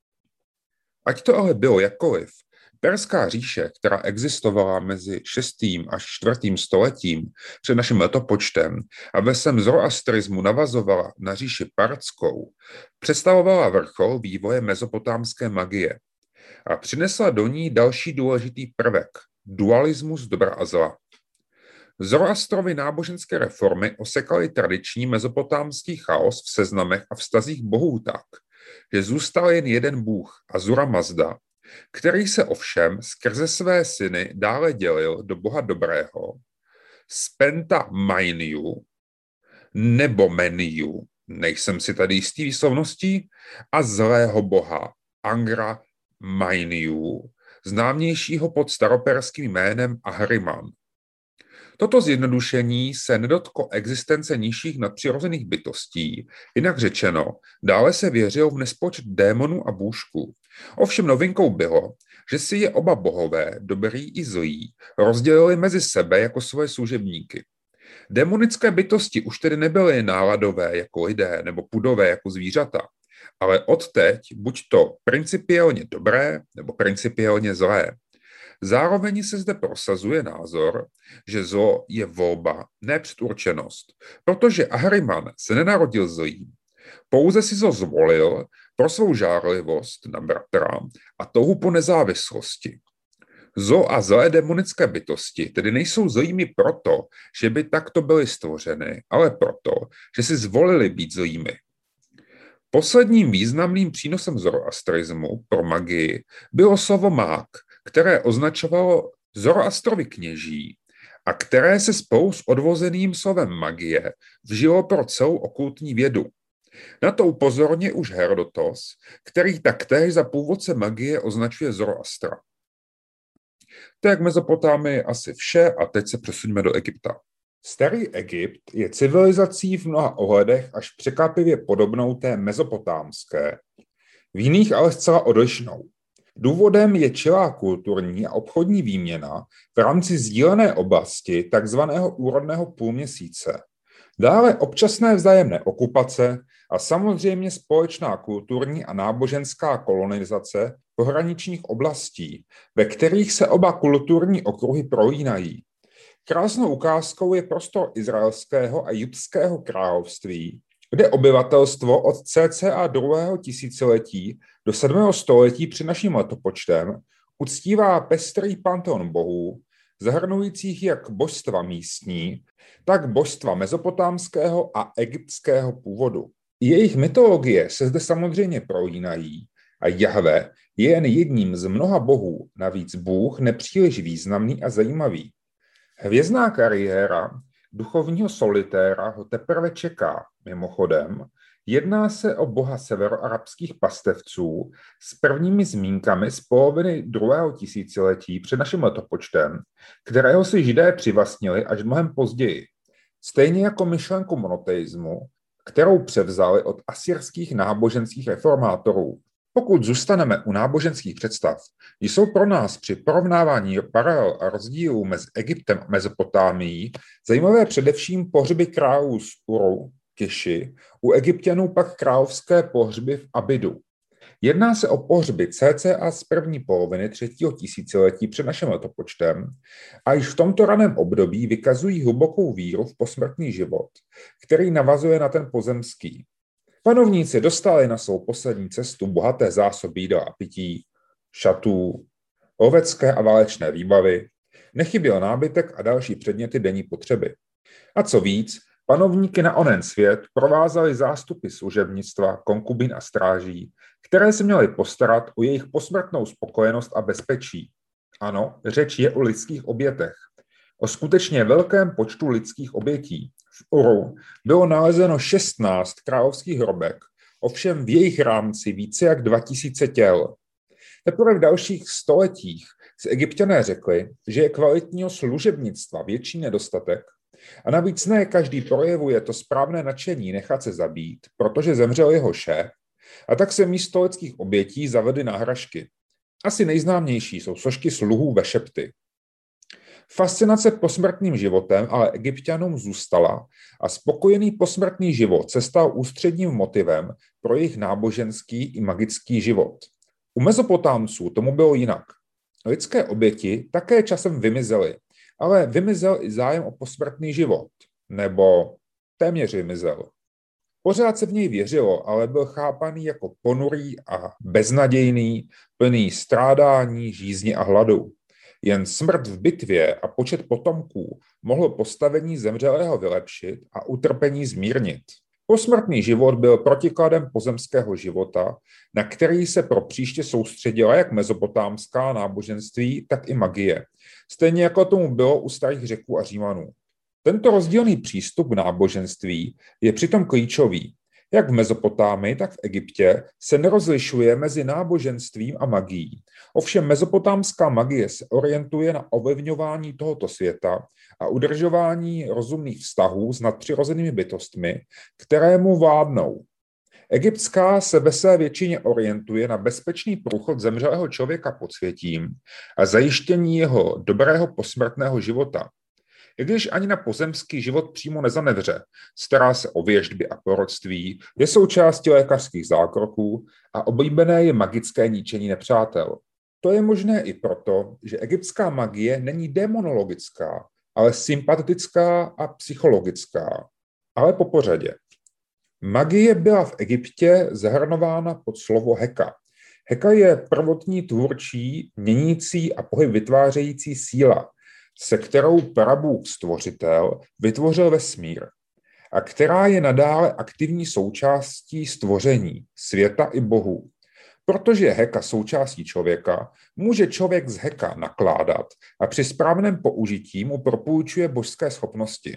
Ať to ale bylo jakkoliv, Perská říše, která existovala mezi šestým až čtvrtým stoletím před naším letopočtem a ve svém zoroastrismu navazovala na říši partskou, představovala vrchol vývoje mezopotámské magie. a přinesla do ní další důležitý prvek, dualismus dobra a zla. Zoroastrovy náboženské reformy osekaly tradiční mezopotámský chaos v seznamech a vztazích bohů tak, že zůstal jen jeden bůh, Azura Mazda, který se ovšem skrze své syny dále dělil do boha dobrého, Spenta Mainiu, nebo Meniu, nejsem si tady jistý výslovností, a zlého boha Angra Mainiu, známějšího pod staroperským jménem Ahriman. Toto zjednodušení se nedotklo existence nižších nadpřirozených bytostí, jinak řečeno, dále se věřilo v nespočet démonů a bůžků. Ovšem novinkou bylo, že si je oba bohové, dobrý i zlí, rozdělili mezi sebe jako svoje služebníky. Démonické bytosti už tedy nebyly náladové jako lidé nebo pudové jako zvířata, ale odteď buď to principiálně dobré nebo principiálně zlé. Zároveň se zde prosazuje názor, že zlo je volba, ne předurčenost, protože Ahriman se nenarodil zlým. Pouze si zlo zvolil pro svou žárlivost na bratra a touhu po nezávislosti. Zlo a zlé demonické bytosti tedy nejsou zlými proto, že by takto byly stvořeny, ale proto, že si zvolili být zlými. Posledním významným přínosem zoroastrismu pro magii bylo slovo mák, které označovalo Zoroastrovi kněží a které se spolu s odvozeným slovem magie vžilo pro celou okultní vědu. Na to upozorně už Herodotos, který taktéž za původce magie označuje Zoroastra. To je k Mezopotámii asi vše a teď se přesuňme do Egypta. Starý Egypt je civilizací v mnoha ohledech až překvapivě podobnou té mezopotámské, v jiných ale zcela odlišnou. Důvodem je čilá kulturní a obchodní výměna v rámci sdílené oblasti takzvaného úrodného půlměsíce. Dále občasné vzájemné okupace a samozřejmě společná kulturní a náboženská kolonizace pohraničních oblastí, ve kterých se oba kulturní okruhy prolínají. Krásnou ukázkou je prostor izraelského a judského království, kde obyvatelstvo od cca druhého tisíciletí do sedmého století před naším letopočtem uctívá pestrý panteon bohů, zahrnujících jak božstva místní, tak božstva mezopotámského a egyptského původu. Jejich mytologie se zde samozřejmě prolínají a Jahve je jen jedním z mnoha bohů, navíc bůh nepříliš významný a zajímavý. Hvězdná kariéra duchovního solitéra ho teprve čeká. Mimochodem, jedná se o boha severoarabských pastevců s prvními zmínkami z poloviny druhého tisíciletí před naším letopočtem, kterého si Židé přivlastnili až mnohem později. Stejně jako myšlenku monoteismu, kterou převzali od asyrských náboženských reformátorů. Pokud zůstaneme u náboženských představ, jsou pro nás při porovnávání paralel a rozdílů mezi Egyptem a Mezopotámií zajímavé především pohřby králů z Uru, Kiši, u Egypťanů pak královské pohřby v Abidu. Jedná se o pohřby cca z první poloviny třetího tisíciletí před naším letopočtem a již v tomto raném období vykazují hlubokou víru v posmrtný život, který navazuje na ten pozemský. Panovníci dostali na svou poslední cestu bohaté zásoby jídla a pití, šatů, lovecké a válečné výbavy, nechyběl nábytek a další předměty denní potřeby. A co víc, panovníky na onen svět provázely zástupy služebnictva, konkubín a stráží, které se měly postarat o jejich posmrtnou spokojenost a bezpečí. Ano, řeč je o lidských obětech. O skutečně velkém počtu lidských obětí. V Uru bylo nalezeno šestnáct královských hrobek, ovšem v jejich rámci více jak dva tisíce těl. Teprve v dalších stoletích si Egypťané řekli, že je kvalitního služebnictva větší nedostatek a navíc ne každý projevuje to správné nadšení nechat se zabít, protože zemřel jeho šéf, a tak se místo lidských obětí zavedly náhražky. Asi nejznámější jsou sošky sluhů ve Šepty. Fascinace posmrtným životem ale Egypťanům zůstala a spokojený posmrtný život se stal ústředním motivem pro jejich náboženský i magický život. U Mezopotámců tomu bylo jinak. Lidské oběti také časem vymizely, ale vymizel i zájem o posmrtný život, nebo téměř vymizel. Pořád se v něj věřilo, ale byl chápaný jako ponurý a beznadějný, plný strádání, žízně a hladu. Jen smrt v bitvě a počet potomků mohl postavení zemřelého vylepšit a utrpení zmírnit. Posmrtný život byl protikladem pozemského života, na který se pro příště soustředila jak mezopotámská náboženství, tak i magie, stejně jako tomu bylo u starých Řeků a Římanů. Tento rozdílný přístup k náboženství je přitom klíčový. Jak v Mezopotámii, tak v Egyptě se nerozlišuje mezi náboženstvím a magií. Ovšem mezopotámská magie se orientuje na ovlivňování tohoto světa a udržování rozumných vztahů s nadpřirozenými bytostmi, které mu vládnou. Egyptská se ve své většině orientuje na bezpečný průchod zemřelého člověka podsvětím a zajištění jeho dobrého posmrtného života. I když ani na pozemský život přímo nezanevře, stará se o věštby a proroctví, je součástí lékařských zákroků a oblíbené je magické ničení nepřátel. To je možné i proto, že egyptská magie není démonologická, ale sympatetická a psychologická. Ale po pořadě. Magie byla v Egyptě zahrnována pod slovo Heka. Heka je prvotní tvůrčí, měnící a pohyb vytvářející síla, se kterou prabůh stvořitel vytvořil vesmír a která je nadále aktivní součástí stvoření, světa i bohů. Protože je Heka součástí člověka, může člověk z Heka nakládat a při správném použití mu propůjčuje božské schopnosti.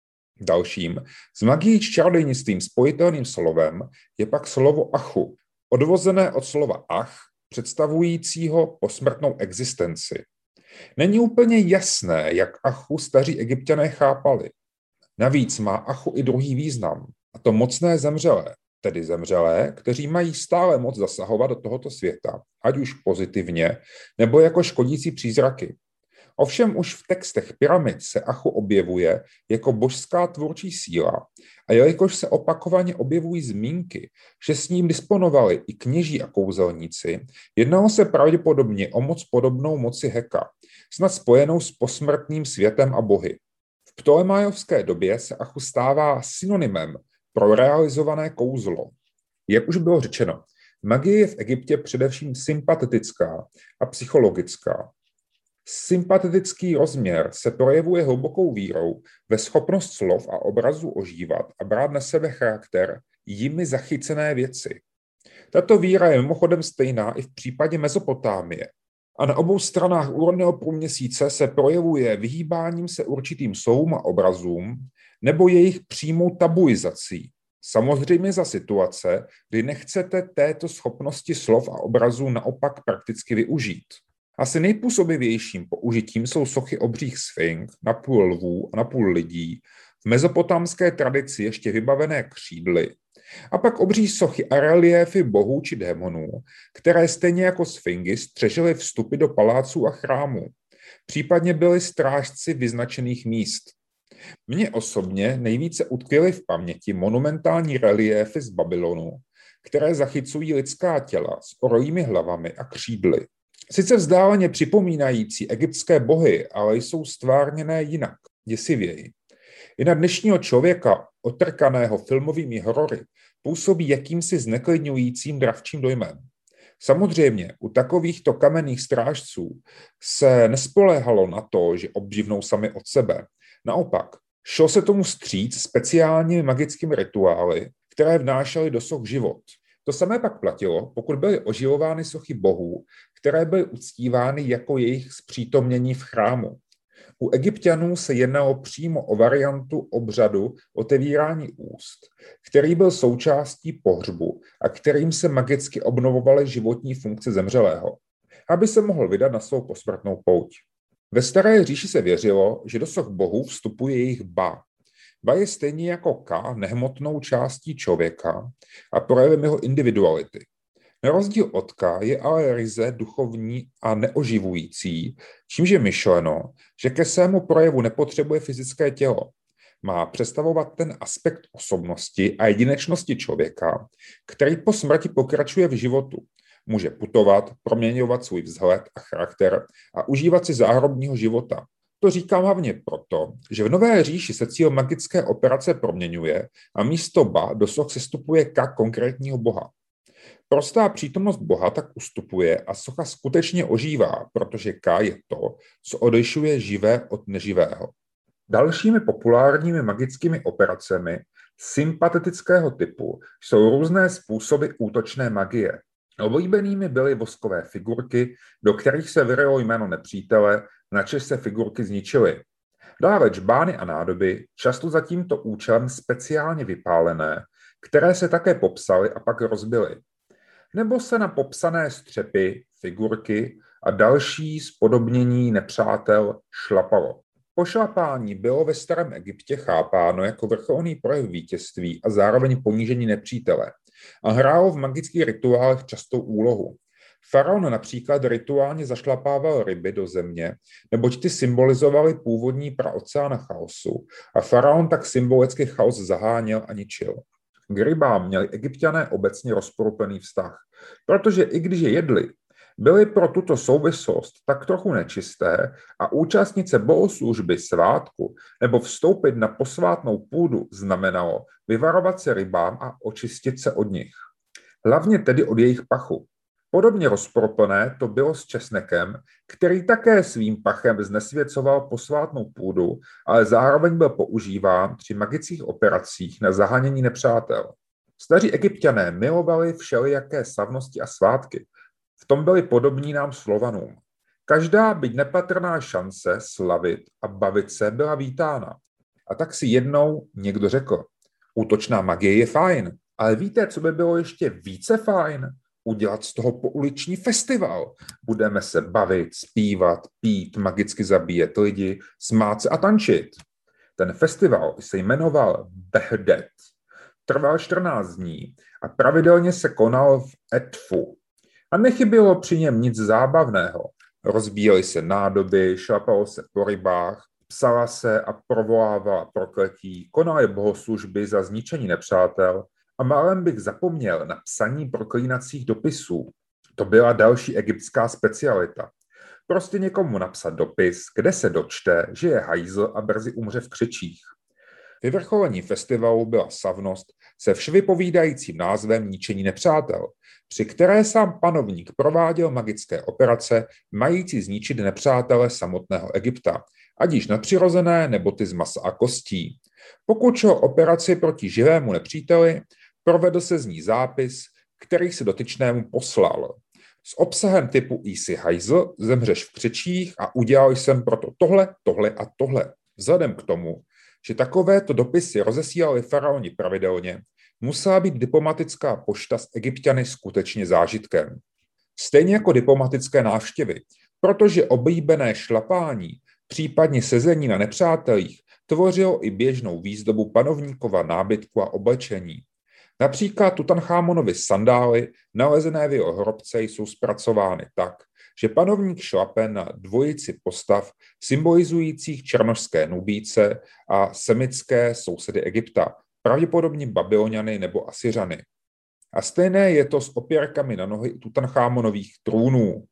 Dalším s magií či čarodějnictvím spojitelným slovem je pak slovo Achu, odvozené od slova ach, představujícího posmrtnou existenci. Není úplně jasné, jak Achu staří Egypťané chápali. Navíc má Achu i druhý význam, a to mocné zemřelé, tedy zemřelé, kteří mají stále moc zasahovat do tohoto světa, ať už pozitivně, nebo jako škodící přízraky. Ovšem už v textech pyramid se Achu objevuje jako božská tvůrčí síla a jelikož se opakovaně objevují zmínky, že s ním disponovali i kněží a kouzelníci, jednalo se pravděpodobně o moc podobnou moci Heka, snad spojenou s posmrtným světem a bohy. V ptolemajovské době se Achu stává synonymem pro realizované kouzlo. Jak už bylo řečeno, magie je v Egyptě především sympatetická a psychologická. Sympatetický rozměr se projevuje hlubokou vírou ve schopnost slov a obrazů ožívat a brát na sebe charakter jimi zachycené věci. Tato víra je mimochodem stejná i v případě Mezopotámie. A na obou stranách úrodného průměsíce se projevuje vyhýbáním se určitým slovům a obrazům nebo jejich přímou tabuizací. Samozřejmě za situace, kdy nechcete této schopnosti slov a obrazů naopak prakticky využít. Asi nejpůsobivějším použitím jsou sochy obřích sfink, napůl lvů a napůl lidí, v mezopotámské tradici ještě vybavené křídly, a pak obří sochy a reliéfy bohů či démonů, které stejně jako sfingy střežily vstupy do paláců a chrámů. Případně byly strážci vyznačených míst. Mně osobně nejvíce utkvěly v paměti monumentální reliéfy z Babylonu, které zachycují lidská těla s orlími hlavami a křídly. Sice vzdáleně připomínající egyptské bohy, ale jsou stvárněné jinak, děsivěji. I na dnešního člověka, otrkaného filmovými horory, působí jakýmsi zneklidňujícím dravčím dojmem. Samozřejmě, u takovýchto kamenných strážců se nespoléhalo na to, že obživnou sami od sebe. Naopak, šlo se tomu vstříc speciálními magickými rituály, které vnášely do soch život. To samé pak platilo, pokud byly oživovány sochy bohů, které byly uctívány jako jejich zpřítomnění v chrámu. U Egypťanů se jednalo přímo o variantu obřadu otevírání úst, který byl součástí pohřbu a kterým se magicky obnovovaly životní funkce zemřelého, aby se mohl vydat na svou posmrtnou pouť. Ve staré říši se věřilo, že do soch bohů vstupuje jejich ba. Ba je stejně jako Ka nehmotnou částí člověka a projevem jeho individuality. Na rozdíl od Ka je ale ryze duchovní a neoživující, čímž je myšleno, že ke svému projevu nepotřebuje fyzické tělo. Má představovat ten aspekt osobnosti a jedinečnosti člověka, který po smrti pokračuje v životu. Může putovat, proměňovat svůj vzhled a charakter a užívat si záhrobního života. To říkám hlavně proto, že v Nové říši se cíl magické operace proměňuje a místo ba do soch sestupuje ka konkrétního boha. Prostá přítomnost boha tak ustupuje a socha skutečně ožívá, protože ka je to, co odlišuje živé od neživého. Dalšími populárními magickými operacemi sympatetického typu jsou různé způsoby útočné magie. Oblíbenými byly voskové figurky, do kterých se vyrilo jméno nepřítele, načež se figurky zničily. Dále džbány a nádoby, často za tímto účelem speciálně vypálené, které se také popsaly a pak rozbily. Nebo se na popsané střepy, figurky a další spodobnění nepřátel šlapalo. Pošlapání bylo ve starém Egyptě chápáno jako vrcholný projev vítězství a zároveň ponížení nepřítele a hrálo v magických rituálech častou úlohu. Faraon například rituálně zašlapával ryby do země, neboť ty symbolizovaly původní praoceán chaosu a faraon tak symbolicky chaos zaháněl a ničil. K rybám měli Egypťané obecně rozporuplný vztah, protože i když je jedli, byly pro tuto souvislost tak trochu nečisté a účastnit se bohoslužby svátku nebo vstoupit na posvátnou půdu znamenalo vyvarovat se rybám a očistit se od nich. Hlavně tedy od jejich pachu. Podobně rozporuplné to bylo s česnekem, který také svým pachem znesvěcoval posvátnou půdu, ale zároveň byl používán při magických operacích na zahánění nepřátel. Staří Egypťané milovali všelijaké slavnosti a svátky. V tom byli podobní nám Slovanům. Každá, byť nepatrná šance slavit a bavit se byla vítána. A tak si jednou někdo řekl, útočná magie je fajn, ale víte, co by bylo ještě více fajn? Udělat z toho pouliční festival. Budeme se bavit, zpívat, pít, magicky zabíjet lidi, smát se a tančit. Ten festival se jmenoval Behdet. Trval čtrnáct dní a pravidelně se konal v Edfu. A nechybělo při něm nic zábavného. Rozbíjely se nádoby, šlapalo se po rybách, psala se a provolávala prokletí, konaly bohoslužby za zničení nepřátel a málem bych zapomněl na psaní proklínacích dopisů. To byla další egyptská specialita. Prostě někomu napsat dopis, kde se dočte, že je hajzl a brzy umře v křečích. Vyvrcholení festivalu byla slavnost se vševypovídajícím názvem Ničení nepřátel, při které sám panovník prováděl magické operace mající zničit nepřátele samotného Egypta, ať již nadpřirozené nebo ty z masa a kostí. Pokud šlo operaci proti živému nepříteli, provedl se z ní zápis, který se dotyčnému poslal. S obsahem typu jsi hajzl, zemřeš v křečích a udělal jsem proto tohle, tohle a tohle. Vzhledem k tomu, že takovéto dopisy rozesílali faraoni pravidelně, musela být diplomatická pošta s Egypťany skutečně zážitkem. Stejně jako diplomatické návštěvy, protože oblíbené šlapání, případně sezení na nepřátelích, tvořilo i běžnou výzdobu panovníkova nábytku a oblečení. Například Tutanchamonovy sandály, nalezené v jeho hrobce, jsou zpracovány tak, že panovník šlape na dvojici postav symbolizujících černošské Nubíce a semitské sousedy Egypta, pravděpodobně Babyloniany nebo Asyřany. A stejné je to s opěrkami na nohy Tutanchamonových trůnů.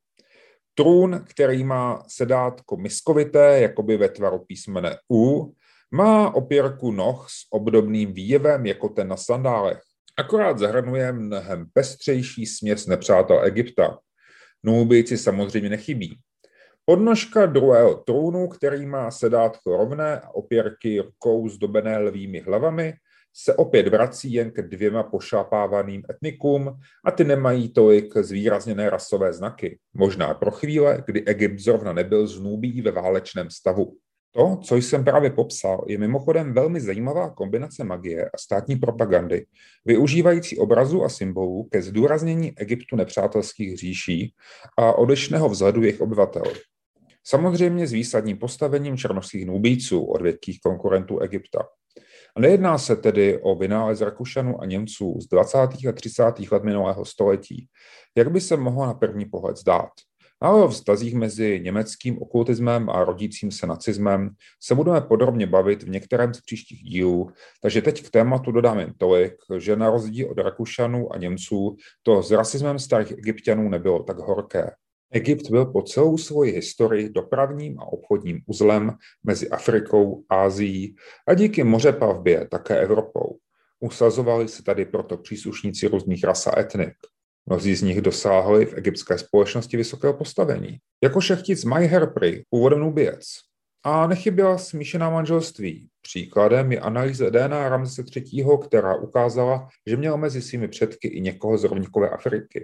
Trůn, který má sedátko miskovité, jakoby ve tvaru písmene U, má opěrku noh s obdobným výjevem jako ten na sandálech. Akorát zahrnuje mnohem pestřejší směs nepřátel Egypta. Nubíci samozřejmě nechybí. Podnožka druhého trůnu, který má sedátko rovné a opěrky rukou zdobené lvými hlavami, se opět vrací jen ke dvěma pošlapávaným etnikům a ty nemají tolik zvýrazněné rasové znaky. Možná pro chvíle, kdy Egypt zrovna nebyl z Nubí ve válečném stavu. To, co jsem právě popsal, je mimochodem velmi zajímavá kombinace magie a státní propagandy, využívající obrazů a symbolů ke zdůraznění Egyptu nepřátelských říší a odlišného vzhledu jejich obyvatel. Samozřejmě s výsadním postavením černošských Nubíců, odvěkých konkurentů Egypta. A nejedná se tedy o vynález Rakušanů a Němců z dvacátých a třicátých let minulého století, jak by se mohlo na první pohled zdát. Ale o vztazích mezi německým okultismem a rodícím se nacismem se budeme podrobně bavit v některém z příštích dílů, takže teď k tématu dodám jen tolik, že na rozdíl od Rakušanů a Němců to s rasismem starých Egypťanů nebylo tak horké. Egypt byl po celou svoji historii dopravním a obchodním uzlem mezi Afrikou, Ázií a díky mořeplavbě také Evropou. Usazovali se tady proto příslušníci různých ras a etnik. Mnozí z nich dosáhli v egyptské společnosti vysokého postavení. Jako šlechtic Majer Pri, původem Nubiec. A nechyběla smíšená manželství. Příkladem je analýza D N A Ramzese třetího., která ukázala, že měl mezi svými předky i někoho z rovníkové Afriky.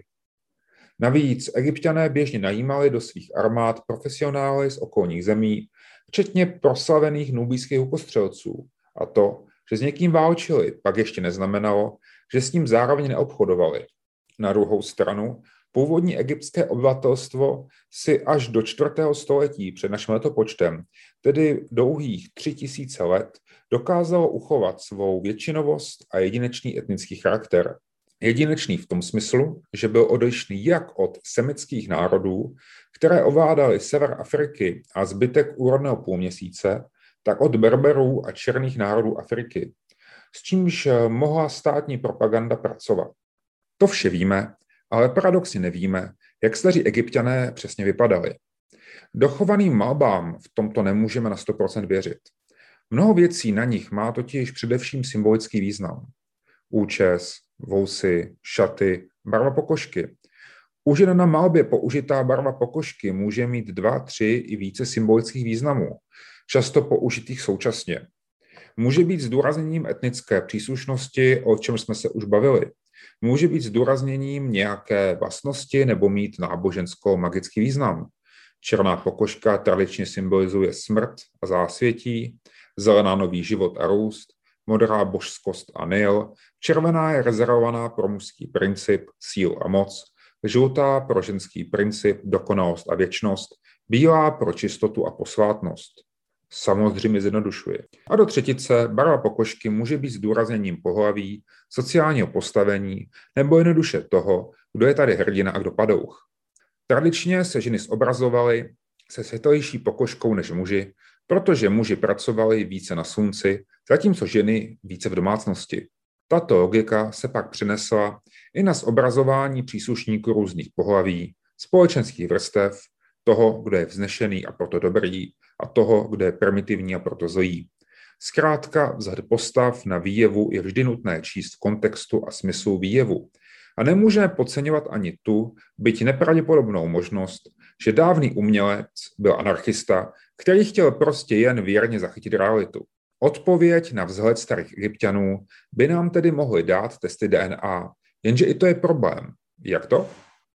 Navíc Egypťané běžně najímali do svých armád profesionály z okolních zemí, včetně proslavených nubijských hukostřelců. A to, že s někým válčili, pak ještě neznamenalo, že s ním zároveň neobchodovali. Na druhou stranu, původní egyptské obyvatelstvo si až do čtvrtého století před naším letopočtem, tedy dlouhých tři tisíce let, dokázalo uchovat svou většinovost a jedinečný etnický charakter. Jedinečný v tom smyslu, že byl odlišný jak od semitských národů, které ovládaly sever Afriky a zbytek úrodného půlměsíce, tak od Berberů a černých národů Afriky, s čímž mohla státní propaganda pracovat. To vše víme, ale paradoxně nevíme, jak staří Egypťané přesně vypadali. Dochovaným malbám v tomto nemůžeme na sto procent věřit. Mnoho věcí na nich má totiž především symbolický význam. Účes, vousy, šaty, barva pokožky. Už jen na malbě použitá barva pokožky může mít dva, tři i více symbolických významů, často použitých současně. Může být zdůrazněním etnické příslušnosti, o čem jsme se už bavili. Může být zdůrazněním nějaké vlastnosti nebo mít nábožensko-magický význam. Černá pokožka tradičně symbolizuje smrt a zásvětí, zelená nový život a růst, modrá božskost a Nil, červená je rezervovaná pro mužský princip, sílu a moc, žlutá pro ženský princip, dokonalost a věčnost, bílá pro čistotu a posvátnost. Samozřejmě zjednodušuje. A do třetice barva pokožky může být zdůrazněním pohlaví, sociálního postavení nebo jednoduše toho, kdo je tady hrdina a kdo padouch. Tradičně se ženy zobrazovaly se světlejší pokožkou než muži, protože muži pracovali více na slunci, zatímco ženy více v domácnosti. Tato logika se pak přenesla i na zobrazování příslušníků různých pohlaví, společenských vrstev, toho, kdo je vznešený a proto dobrý, a toho, kdo je primitivní a proto zlý. Zkrátka vzhled postav na výjevu je vždy nutné číst v kontextu a smyslu výjevu. A nemůžeme podceňovat ani tu, byť nepravděpodobnou možnost, že dávný umělec byl anarchista, který chtěl prostě jen věrně zachytit realitu. Odpověď na vzhled starých Egypťanů by nám tedy mohly dát testy D N A, jenže i to je problém. Jak to?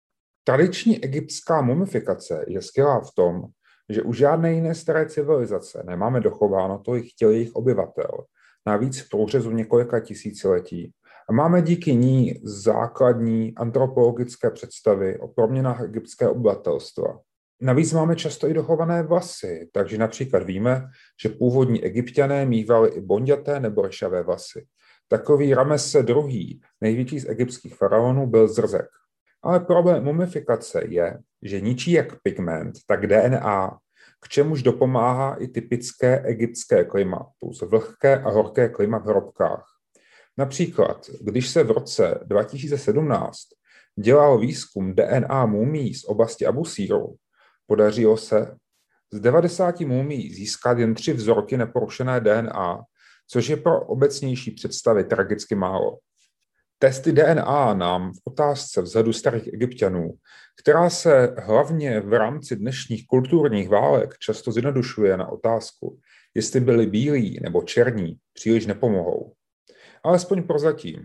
Tradiční egyptská mumifikace je skvělá v tom, že u žádné jiné staré civilizace nemáme dochováno tolik těl jejich obyvatel, navíc v průřezu několika tisíciletí. A máme díky ní základní antropologické představy o proměnách egyptského obyvatelstva. Navíc máme často i dochované vlasy, takže například víme, že původní Egypťané mívali i bonďaté nebo rešavé vlasy. Takový Ramese druhý., největší z egyptských faraonů, byl zrzek. Ale problém mumifikace je, že ničí jak pigment, tak D N A, k čemuž dopomáhá i typické egyptské klima, pouze vlhké a horké klima v hrobkách. Například, když se v roce dva tisíce sedmnáct dělal výzkum D N A mumií z oblasti Abu Síru, podařilo se z devadesáti mumií získat jen tři vzorky neporušené D N A, což je pro obecnější představy tragicky málo. Testy D N A nám v otázce vzhledu starých Egypťanů, která se hlavně v rámci dnešních kulturních válek často zjednodušuje na otázku, jestli byli bílí nebo černí, příliš nepomohou. Alespoň prozatím.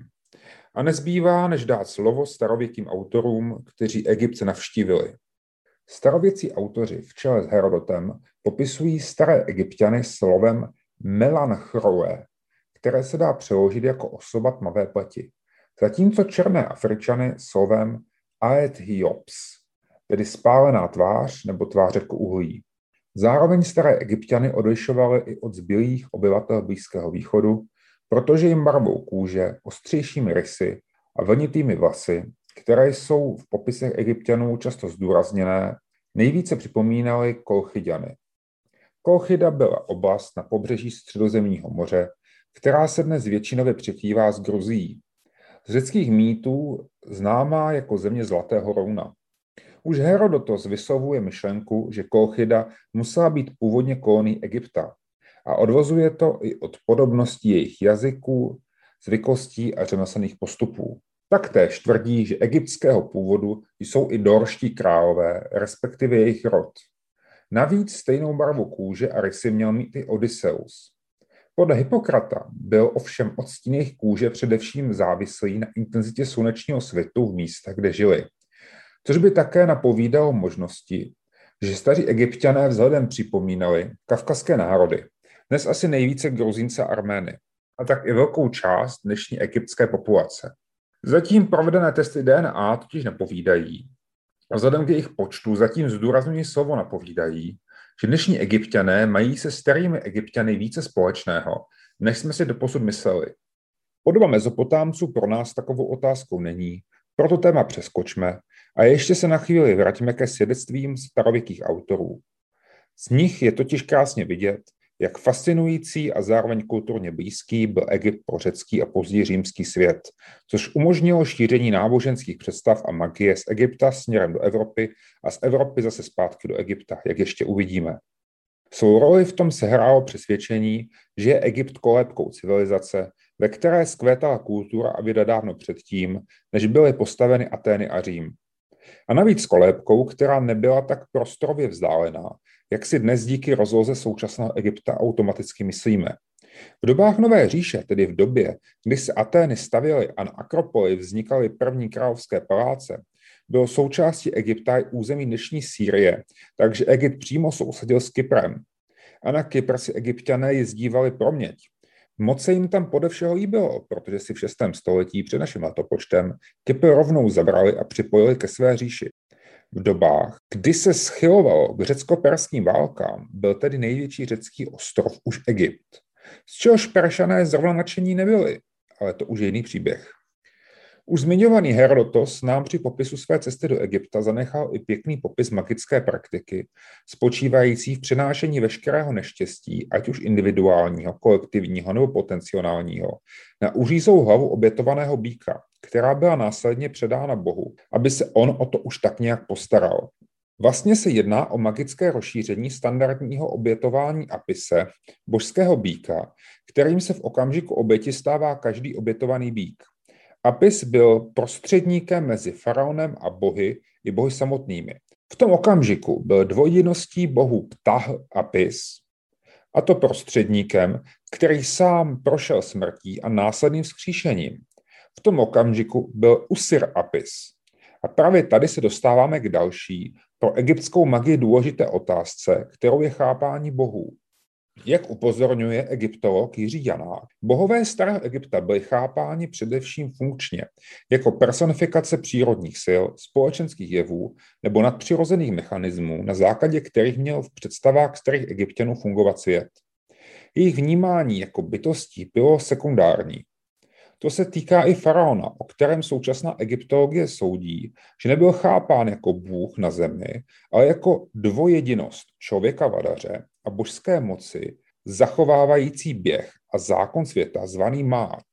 A nezbývá, než dát slovo starověkým autorům, kteří Egypt navštívili. Starověcí autoři v čele s Herodotem popisují staré Egypťany slovem melanchroe, které se dá přeložit jako osoba tmavé pleti. Zatímco černé Afričany slovem aethiops, tedy spálená tvář nebo tvář jako uhlí. Zároveň staré Egypťany odlišovaly i od zbylých obyvatel Blízkého východu, protože jim barvou kůže, ostřejšími rysy a vlnitými vlasy, které jsou v popisech Egypťanů často zdůrazněné, nejvíce připomínaly Kolchyďany. Kolchyda byla oblast na pobřeží Středozemního moře, která se dnes většinově překrývá s Gruzií. Z řeckých mýtů známá jako země Zlatého rouna. Už Herodotos vyslovuje myšlenku, že Kolchida musela být původně kolonií Egypta a odvozuje to i od podobností jejich jazyků, zvyklostí a řemeslných postupů. Taktéž tvrdí, že egyptského původu jsou i dorští králové, respektive jejich rod. Navíc stejnou barvu kůže a rysy měl mít i Odysseus. Podle Hippokrata byl ovšem odstín jejich kůže především závislý na intenzitě slunečního svitu v místech, kde žili. Což by také napovídalo možnosti, že staří Egypťané vzhledem připomínali kavkazské národy, dnes asi nejvíce Gruzínce a Armény, a tak i velkou část dnešní egyptské populace. Zatím provedené testy D N A totiž napovídají, a vzhledem k jejich počtu zatím zdůrazňují slovo napovídají, že dnešní Egypťané mají se starými Egypťany více společného, než jsme si doposud mysleli. Podoba Mezopotámců pro nás takovou otázkou není, proto téma přeskočme a ještě se na chvíli vraťme ke svědectvím starověkých autorů. Z nich je totiž krásně vidět, jak fascinující a zároveň kulturně blízký byl Egypt pro řecký a později římský svět, což umožnilo šíření náboženských představ a magie z Egypta směrem do Evropy a z Evropy zase zpátky do Egypta, jak ještě uvidíme. Svou roli v tom sehrálo přesvědčení, že je Egypt kolébkou civilizace, ve které zkvétala kultura a věda dávno předtím, než byly postaveny Atény a Řím. A navíc kolébkou, která nebyla tak prostorově vzdálená, jak si dnes díky rozloze současného Egypta automaticky myslíme. V dobách Nové říše, tedy v době, kdy se Atény stavěly a na Akropoli vznikaly první královské paláce, bylo součástí Egypta i území dnešní Sýrie, takže Egypt přímo sousedil s Kyprem. A na Kypr si Egypťané jezdívali pro měď. Moc se jim tam pode všeho líbilo, protože si v šestém století před naším letopočtem Kypr rovnou zabrali a připojili ke své říši. V dobách, kdy se schylovalo k řecko-perským válkám, byl tedy největší řecký ostrov už Egypt. Z čehož Peršané zrovna nadšení nebyli, ale to už je jiný příběh. Už zmiňovaný Herodotos nám při popisu své cesty do Egypta zanechal i pěkný popis magické praktiky, spočívající v přenášení veškerého neštěstí, ať už individuálního, kolektivního nebo potenciálního, na uřízlou hlavu obětovaného býka, která byla následně předána Bohu, aby se on o to už tak nějak postaral. Vlastně se jedná o magické rozšíření standardního obětování Apise, božského býka, kterým se v okamžiku oběti stává každý obětovaný býk. Apis byl prostředníkem mezi faraonem a bohy i bohy samotnými. V tom okamžiku byl dvojjedinností bohů Ptah Apis, a to prostředníkem, který sám prošel smrtí a následným vzkříšením. V tom okamžiku byl Usir Apis. A právě tady se dostáváme k další, pro egyptskou magii důležité otázce, kterou je chápání bohů. Jak upozorňuje egyptolog Jiří Janák, bohové starého Egypta byli chápáni především funkčně, jako personifikace přírodních sil, společenských jevů nebo nadpřirozených mechanismů, na základě kterých měl v představách starých Egypťanů fungovat svět. Jejich vnímání jako bytostí bylo sekundární. To se týká i faraona, o kterém současná egyptologie soudí, že nebyl chápán jako bůh na zemi, ale jako dvojjedinost člověka vadaře a božské moci, zachovávající běh a zákon světa zvaný Mát.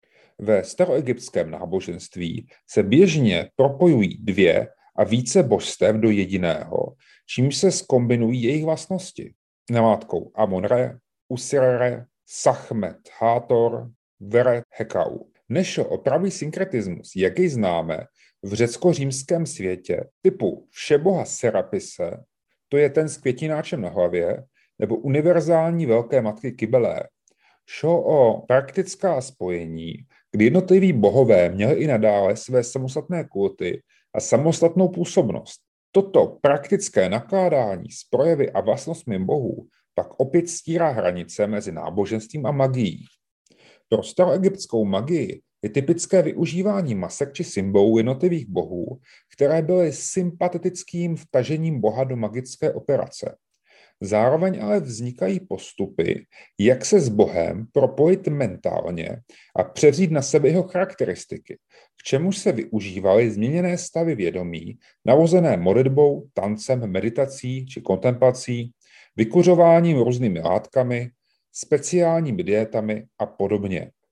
Ve staroegyptském náboženství se běžně propojují dvě a více božstev do jediného, čímž se zkombinují jejich vlastnosti. Namátkou Amon-Re, Usir-Re, Sachmet, Hátor, Vere, Hekau. Nešlo o pravý synkretismus, jak jej známe v řecko-římském světě, typu všeboha Serapise, to je ten s květináčem na hlavě, nebo univerzální velké matky Kybelé. Šlo o praktická spojení, kdy jednotliví bohové měli i nadále své samostatné kulty a samostatnou působnost. Toto praktické nakládání s projevy a vlastnostmi bohů pak opět stírá hranice mezi náboženstvím a magií. Pro staroegyptskou magii je typické využívání masek či symbolů jednotlivých bohů, které byly sympatetickým vtažením boha do magické operace. Zároveň ale vznikají postupy, jak se s bohem propojit mentálně a převzít na sebe jeho charakteristiky, k čemuž se využívaly změněné stavy vědomí, navozené modlitbou, tancem, meditací či kontemplací, vykuřováním různými látkami, speciálními dietami a podobně.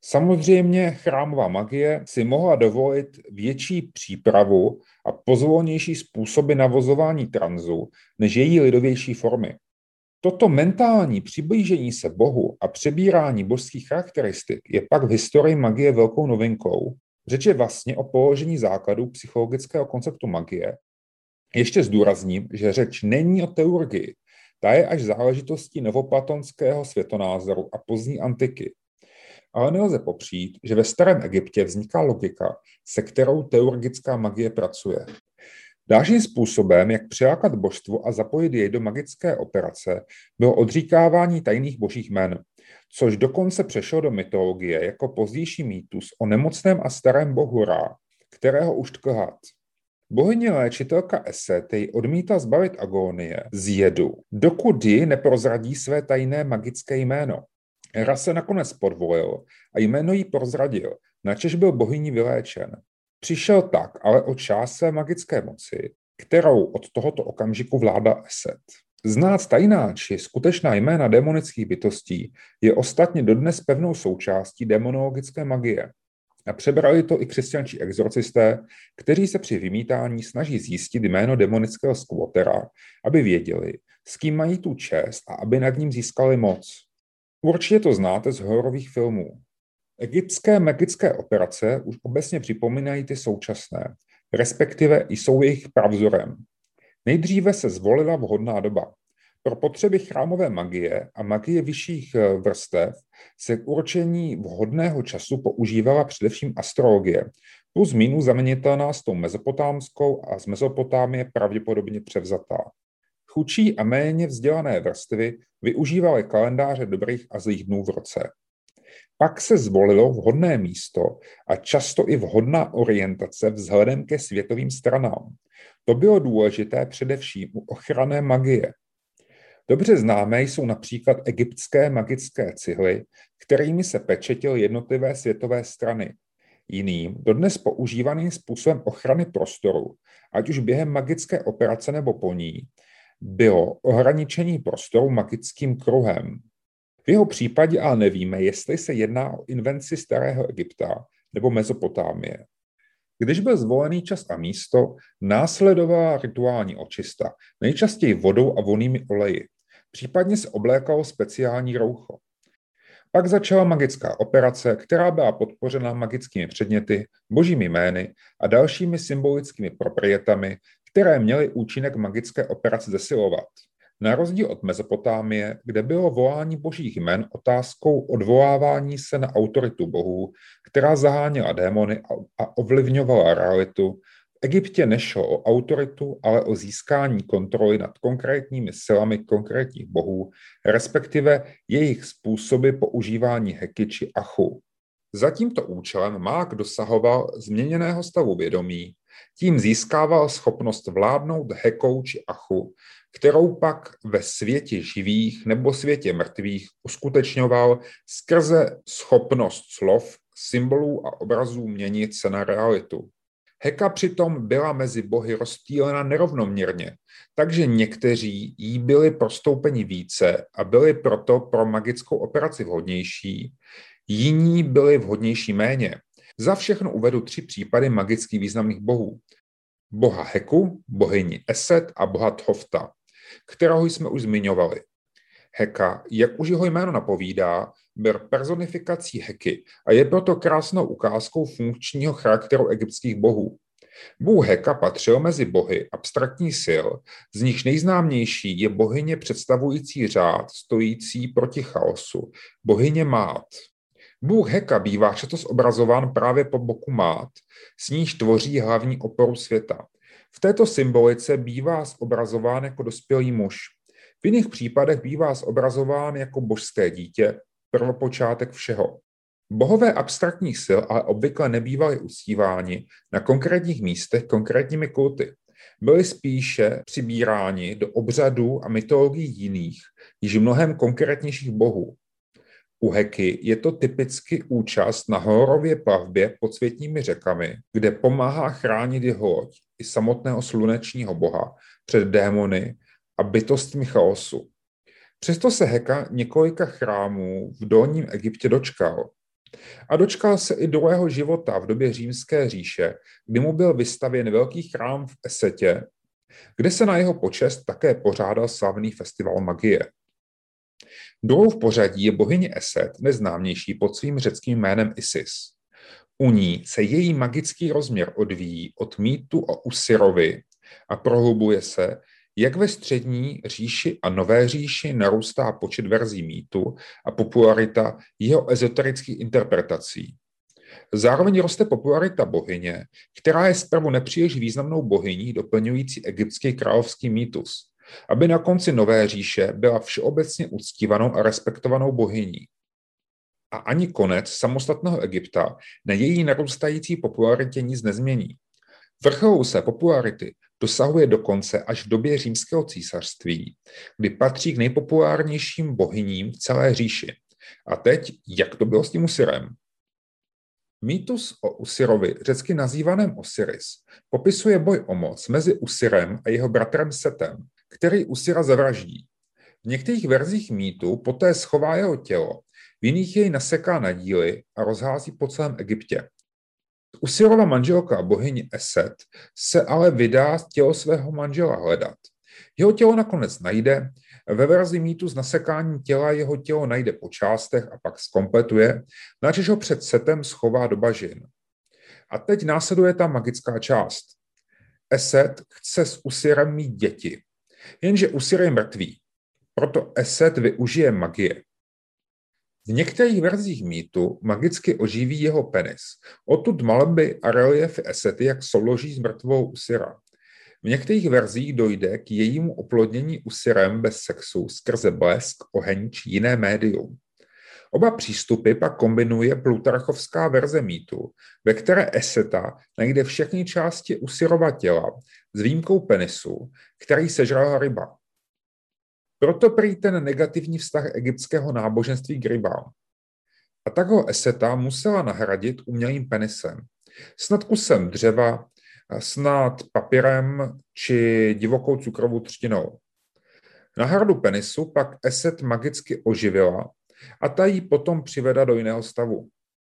Samozřejmě chrámová magie si mohla dovolit větší přípravu a pozvolnější způsoby navozování transu než její lidovější formy. Toto mentální přiblížení se Bohu a přebírání božských charakteristik je pak v historii magie velkou novinkou. Řeč je vlastně o položení základů psychologického konceptu magie. Ještě zdůrazním, že řeč není o teurgii. Ta je až záležitostí novoplatonského světonázoru a pozdní antiky. Ale nelze popřít, že ve starém Egyptě vzniká logika, se kterou teurgická magie pracuje. Dalším způsobem, jak přilákat božstvo a zapojit jej do magické operace, bylo odříkávání tajných božích jmen, což dokonce přešlo do mytologie jako pozdější mýtus o nemocném a starém bohu Ra, kterého už tkl had. Bohyně léčitelka Eset jej odmítla zbavit agónie z jedu, dokud ji neprozradí své tajné magické jméno. Ra se nakonec podvolil a jméno jí prozradil, načež byl bohyní vyléčen. Přišel tak ale o část své magické moci, kterou od tohoto okamžiku vládla Eset. Znát tajná či skutečná jména démonických bytostí je ostatně dodnes pevnou součástí démonologické magie. A přebrali to i křesťančí exorcisté, kteří se při vymítání snaží zjistit jméno demonického skvotera, aby věděli, s kým mají tu čest a aby nad ním získali moc. Určitě to znáte z hororových filmů. Egyptské magické operace už obecně připomínají ty současné, respektive jsou jejich pravzorem. Nejdříve se zvolila vhodná doba. Pro potřeby chrámové magie a magie vyšších vrstev se k určení vhodného času používala především astrologie, plus minus zaměnitelná s tou mezopotámskou a z Mezopotámie pravděpodobně převzatá. Chudší a méně vzdělané vrstvy využívaly kalendáře dobrých a zlých dnů v roce. Pak se zvolilo vhodné místo a často i vhodná orientace vzhledem ke světovým stranám. To bylo důležité především u ochranné magie. Dobře známé jsou například egyptské magické cihly, kterými se pečetil jednotlivé světové strany. Jiným, dodnes používaným způsobem ochrany prostoru, ať už během magické operace nebo po ní, bylo ohraničení prostoru magickým kruhem. V jeho případě ale nevíme, jestli se jedná o invenci starého Egypta nebo Mezopotámie. Když byl zvolený čas a místo, následovala rituální očista, nejčastěji vodou a vonnými oleji. Případně se oblékalo speciální roucho. Pak začala magická operace, která byla podpořena magickými předměty, božími jmény a dalšími symbolickými proprietami, které měly účinek magické operace zesilovat. Na rozdíl od Mezopotámie, kde bylo volání božích jmen otázkou odvolávání se na autoritu bohů, která zaháněla démony a ovlivňovala realitu, v Egyptě nešlo o autoritu, ale o získání kontroly nad konkrétními silami konkrétních bohů, respektive jejich způsoby používání heky či achu. Za tímto účelem mák dosahoval změněného stavu vědomí, tím získával schopnost vládnout hekou či achu, kterou pak ve světě živých nebo světě mrtvých uskutečňoval skrze schopnost slov, symbolů a obrazů měnit se na realitu. Heka přitom byla mezi bohy rozptýlena nerovnoměrně, takže někteří jí byli prostoupeni více a byli proto pro magickou operaci vhodnější, jiní byli vhodnější méně. Za všechno uvedu tři případy magicky významných bohů. Boha Heku, bohyni Eset a boha Thofta, kterého jsme už zmiňovali. Heka, jak už jeho jméno napovídá, byl personifikací Heky a je proto krásnou ukázkou funkčního charakteru egyptských bohů. Bůh Heka patřil mezi bohy abstraktních sil, z nichž nejznámější je bohyně představující řád stojící proti chaosu, bohyně Mát. Bůh Heka bývá často zobrazován právě po boku Mát, s níž tvoří hlavní oporu světa. V této symbolice bývá zobrazován jako dospělý muž. V jiných případech bývá zobrazován jako božské dítě, prvopočátek všeho. Bohové abstraktních sil ale obvykle nebývaly uctíváni na konkrétních místech konkrétními kulty. Byly spíše přibíráni do obřadů a mytologií jiných, již mnohem konkrétnějších bohů. U Heky je to typicky účast na hororově plavbě podsvětními řekami, kde pomáhá chránit jeho loď i samotného slunečního boha před démony a bytostmi chaosu. Přesto se Heka několika chrámů v Dolním Egyptě dočkal. A dočkal se i druhého života v době Římské říše, kdy mu byl vystavěn velký chrám v Esetě, kde se na jeho počest také pořádal slavný festival magie. Druhou v pořadí je bohyně Eset, neznámější pod svým řeckým jménem Isis. U ní se její magický rozměr odvíjí od mýtu o Usirovi a prohlubuje se, jak ve střední říši a nové říši narůstá počet verzí mýtu a popularita jeho ezoterických interpretací. Zároveň roste popularita bohyně, která je zprvu nepříliš významnou bohyní doplňující egyptský královský mýtus, aby na konci nové říše byla všeobecně uctívanou a respektovanou bohyní. A ani konec samostatného Egypta na její narůstající popularitě nic nezmění. Vrcholu se popularity dosahuje dokonce až v době Římského císařství, kdy patří k nejpopulárnějším bohyním v celé říši. A teď, jak to bylo s tím Usirem? Mýtus o Usirovi, řecky nazývaném Osiris, popisuje boj o moc mezi Usirem a jeho bratrem Setem, který Usira zavraždí. V některých verzích mýtu poté schová jeho tělo, v jiných jej naseká na díly a rozhází po celém Egyptě. Usirova manželka bohyně Eset se ale vydá tělo svého manžela hledat. Jeho tělo nakonec najde, ve verzi mýtu z nasekání těla jeho tělo najde po částech a pak zkompletuje, načež ho před Setem schová do bažin. A teď následuje ta magická část. Eset chce s Usirem mít děti, jenže Usir je mrtvý, proto Eset využije magie. V některých verzích mýtu magicky oživí jeho penis. Odtud malby a reliefy Esety, jak souloží s mrtvou Usira. V některých verzích dojde k jejímu oplodnění Usirem bez sexu skrze blesk, oheň či jiné médium. Oba přístupy pak kombinuje plutarchovská verze mýtu, ve které Eseta najde všechny části Usirova těla s výjimkou penisu, který sežrala ryba. Proto prý ten negativní vztah egyptského náboženství k rybám. A tak ho Eseta musela nahradit umělým penisem. Snad kusem dřeva, snad papírem či divokou cukrovou třtinou. Náhradu penisu pak Eset magicky oživila a ta ji potom přivede do jiného stavu.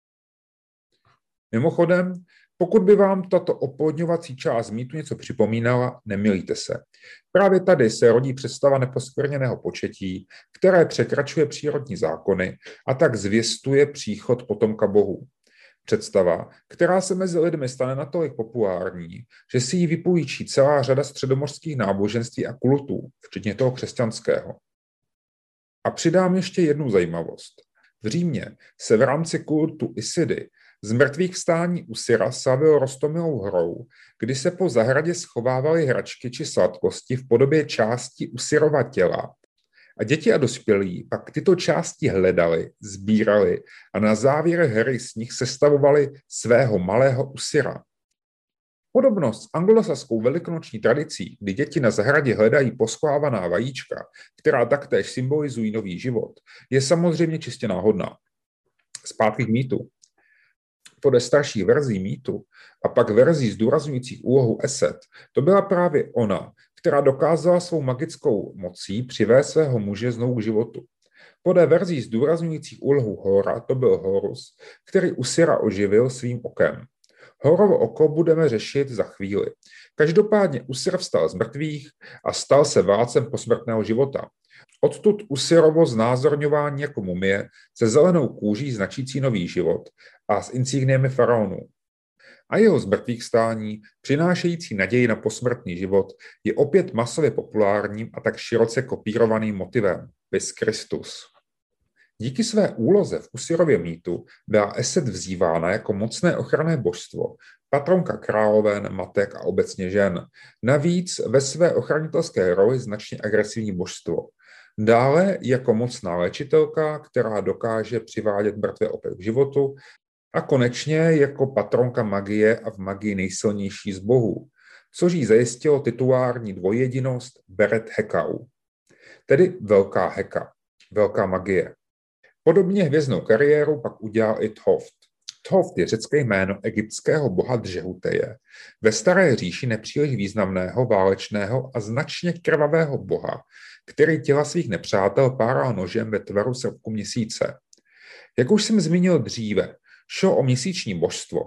Mimochodem, pokud by vám tato oplodňovací část mýtu něco připomínala, nemýlíte se. Právě tady se rodí představa neposkvrněného početí, které překračuje přírodní zákony a tak zvěstuje příchod potomka bohů. Představa, která se mezi lidmi stane natolik populární, že si ji vypůjčí celá řada středomořských náboženství a kultů, včetně toho křesťanského. A přidám ještě jednu zajímavost. V Římě se v rámci kultu Isidy z mrtvých vstání Usira slavil roztomilou hrou, kdy se po zahradě schovávaly hračky či sladkosti v podobě části Usirova těla a děti a dospělí pak tyto části hledali, sbírali a na závěr hry z nich sestavovali svého malého Usira. Podobnost s anglosaskou velikonoční tradicí, kdy děti na zahradě hledají posklávaná vajíčka, která taktéž symbolizují nový život, je samozřejmě čistě náhodná. Zpátky k mýtu. Podle starších verzí mýtu a pak verzí zdůrazňujících úlohu Eset, to byla právě ona, která dokázala svou magickou mocí přivést svého muže znovu k životu. Podle verzí zdůrazňujících úlohu Hora to byl Horus, který Usira oživil svým okem. Horovo oko budeme řešit za chvíli. Každopádně Usir vstal z mrtvých a stal se vládcem posmrtného života. Odtud Usirovo znázorňování jako mumie se zelenou kůží značící nový život a s insigniemi faraonů. A jeho zmrtvých stání, přinášející naději na posmrtný život, je opět masově populárním a tak široce kopírovaným motivem, vis Kristus. Díky své úloze v Usirově mýtu byla Eset vzývána jako mocné ochranné božstvo, patronka královen, matek a obecně žen. Navíc ve své ochranitelské roli značně agresivní božstvo. Dále jako mocná léčitelka, která dokáže přivádět mrtvé opět k životu, a konečně jako patronka magie a v magii nejsilnější z bohů, což jí zajistilo titulární dvojjedinost Beret Hekau, tedy velká Heka, velká magie. Podobně hvězdnou kariéru pak udělal i Thoth. Thoth je řecké jméno egyptského boha Džehuteje, ve staré říši nepříliš významného, válečného a značně krvavého boha, který těla svých nepřátel páral nožem ve tvaru srpku měsíce. Jak už jsem zmínil dříve, šlo o měsíční božstvo.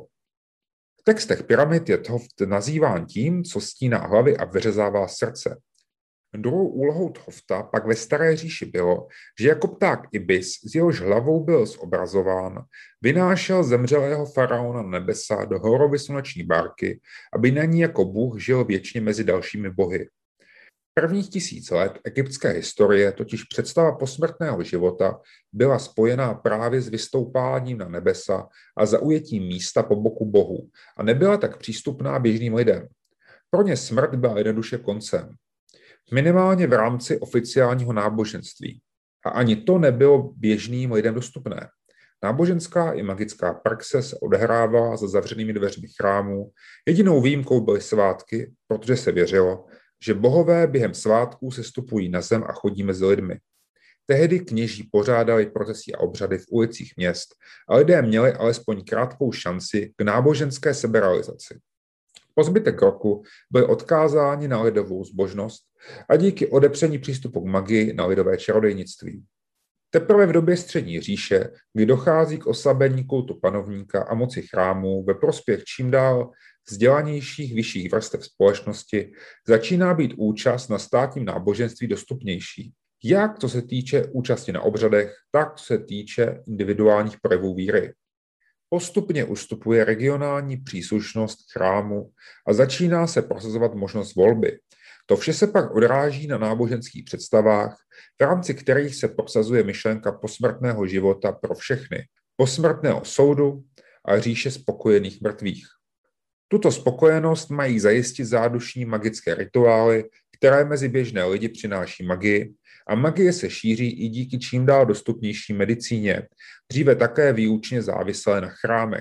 V textech pyramid je Thoth nazýván tím, co stíná hlavy a vyřezává srdce. Druhou úlohou Thofta pak ve Staré říši bylo, že jako pták Ibis, s jehož hlavou byl zobrazován, vynášel zemřelého faraona na nebesa do horovy sluneční bárky, aby na ní jako bůh žil věčně mezi dalšími bohy. Prvních tisíc let egyptské historie totiž představa posmrtného života byla spojená právě s vystoupáním na nebesa a zaujetím místa po boku bohů a nebyla tak přístupná běžným lidem. Pro ně smrt byla jednoduše koncem. Minimálně v rámci oficiálního náboženství. A ani to nebylo běžným lidem dostupné. Náboženská i magická praxe se odehrávala za zavřenými dveřmi chrámů. Jedinou výjimkou byly svátky, protože se věřilo, že bohové během svátků sestupují na zem a chodí mezi lidmi. Tehdy kněží pořádali procesy a obřady v ulicích měst a lidé měli alespoň krátkou šanci k náboženské seberealizaci. Po zbytek roku byli odkázáni na lidovou zbožnost a díky odepření přístupu k magii na lidové čarodejnictví. Teprve v době střední říše, kdy dochází k oslabení kultu panovníka a moci chrámů ve prospěch čím dál vzdělanějších vyšších vrstev společnosti, začíná být účast na státním náboženství dostupnější. Jak co se týče účasti na obřadech, tak co se týče individuálních projevů víry. Postupně ustupuje regionální příslušnost chrámu a začíná se prosazovat možnost volby. To vše se pak odráží na náboženských představách, v rámci kterých se prosazuje myšlenka posmrtného života pro všechny, posmrtného soudu a říše spokojených mrtvých. Tuto spokojenost mají zajistit zádušní magické rituály, které mezi běžné lidi přináší magii, a magie se šíří i díky čím dál dostupnější medicíně, dříve také výlučně závislé na chrámech.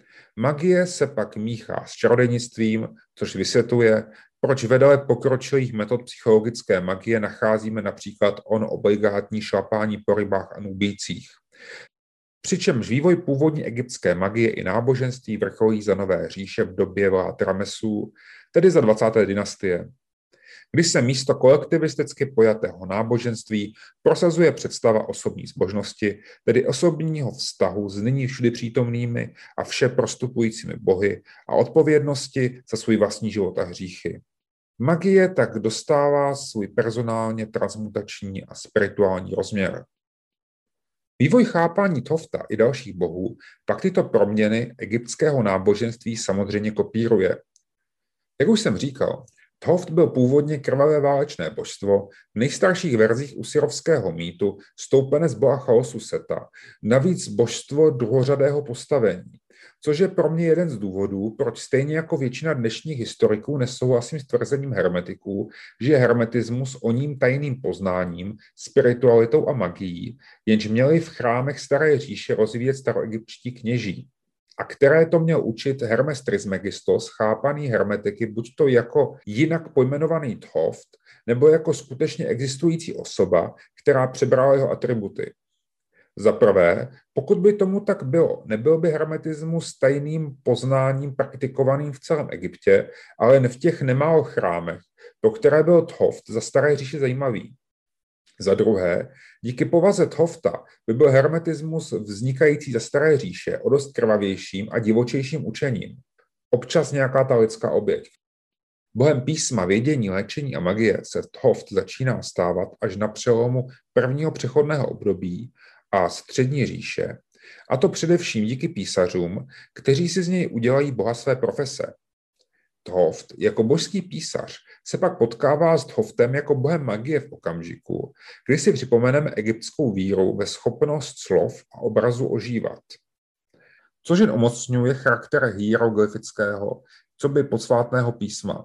Magie se pak míchá s čarodějnictvím, což vysvětluje, proč vedle pokročilých metod psychologické magie nacházíme například on obligátní šlapání po rybách a nubících. Přičemž vývoj původní egyptské magie i náboženství vrcholí za Nové říše v době vlád Ramesů, tedy za dvacáté dynastie, kdy se místo kolektivisticky pojatého náboženství prosazuje představa osobní zbožnosti, tedy osobního vztahu s nyní všudy přítomnými a vše prostupujícími bohy a odpovědnosti za svůj vlastní život a hříchy. Magie tak dostává svůj personálně transmutační a spirituální rozměr. Vývoj chápání Thofta i dalších bohů pak tyto proměny egyptského náboženství samozřejmě kopíruje. Jak už jsem říkal, Thoth byl původně krvavé válečné božstvo, v nejstarších verzích usirovského mýtu stoupenec boha chaosu Seta, navíc božstvo druhořadého postavení, což je pro mě jeden z důvodů, proč stejně jako většina dnešních historiků nesouhlasím s tvrzením hermetiků, že je hermetismus o ním tajným poznáním, spiritualitou a magií, jenž měli v chrámech Staré říše rozvíjet staroegyptští kněží, a které to měl učit Hermes Trismegistos, chápaný hermetiky buď to jako jinak pojmenovaný Thoth, nebo jako skutečně existující osoba, která přebrala jeho atributy. Za prvé, pokud by tomu tak bylo, nebyl by hermetismus tajným poznáním praktikovaným v celém Egyptě, ale jen v těch nemálo chrámech, pro které byl Thoth za Staré říše zajímavý. Za druhé, díky povaze Thofta by byl hermetismus vznikající za Staré říše o dost krvavějším a divočejším učením. Občas nějaká ta lidská oběť. Bohem písma, vědění, léčení a magie se Thoth začíná stávat až na přelomu prvního přechodného období a střední říše, a to především díky písařům, kteří si z něj udělají boha své profese. Thoth jako božský písař se pak potkává s Thoftem jako bohem magie v okamžiku, kdy si připomeneme egyptskou víru ve schopnost slov a obrazu ožívat. Což jen umocňuje charakter hieroglyfického, co by posvátného písma.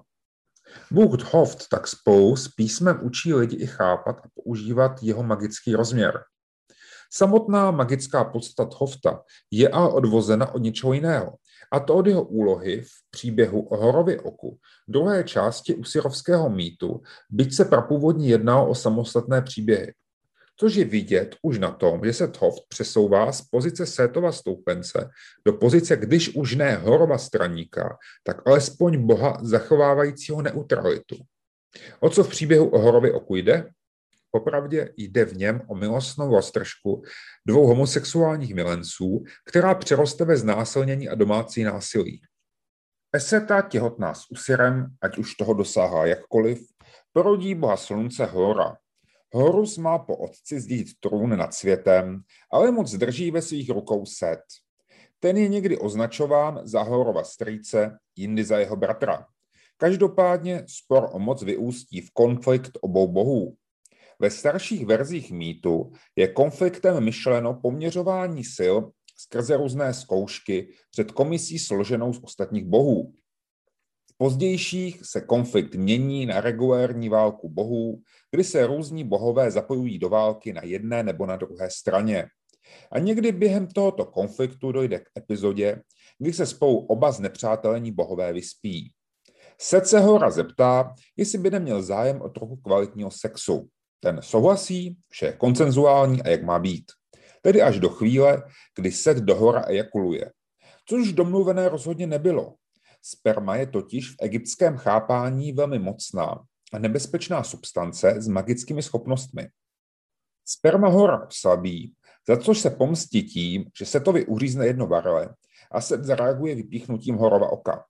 Bůh Thoth tak spolu s písmem učí lidi i chápat a používat jeho magický rozměr. Samotná magická podstata Thofta je ale odvozena od něčeho jiného, a to od jeho úlohy v příběhu o Horově oku, druhé části usirovského mýtu, byť se prapůvodně jednalo o samostatné příběhy. Což je vidět už na tom, že se Thoth přesouvá z pozice Sétova stoupence do pozice, když už ne Horova straníka, tak alespoň boha zachovávajícího neutralitu. O co v příběhu o Horově oku jde? Popravdě jde v něm o milostnou roztržku dvou homosexuálních milenců, která přeroste ve znásilnění a domácí násilí. Eseta, těhotná s Usirem, ať už toho dosáhla jakkoliv, porodí boha slunce Hora. Horus má po otci zdít trůn nad světem, ale moc drží ve svých rukou Set. Ten je někdy označován za Horova strýce, jindy za jeho bratra. Každopádně spor o moc vyústí v konflikt obou bohů. Ve starších verzích mýtu je konfliktem myšleno poměřování sil skrze různé zkoušky před komisí složenou z ostatních bohů. V pozdějších se konflikt mění na regulérní válku bohů, kdy se různí bohové zapojují do války na jedné nebo na druhé straně. A někdy během tohoto konfliktu dojde k epizodě, kdy se spolu oba znepřátelení bohové vyspí. Set se Hora zeptá, jestli by neměl zájem o trochu kvalitního sexu. Ten souhlasí, vše je konsenzuální a jak má být. Tedy až do chvíle, kdy Set do Hora ejakuluje. Což domluvené rozhodně nebylo. Sperma je totiž v egyptském chápání velmi mocná a nebezpečná substance s magickými schopnostmi. Sperma Hora oslabí, za což se pomstí tím, že Setovi uřízne jedno varle a Set zareaguje vypíchnutím Horova oka.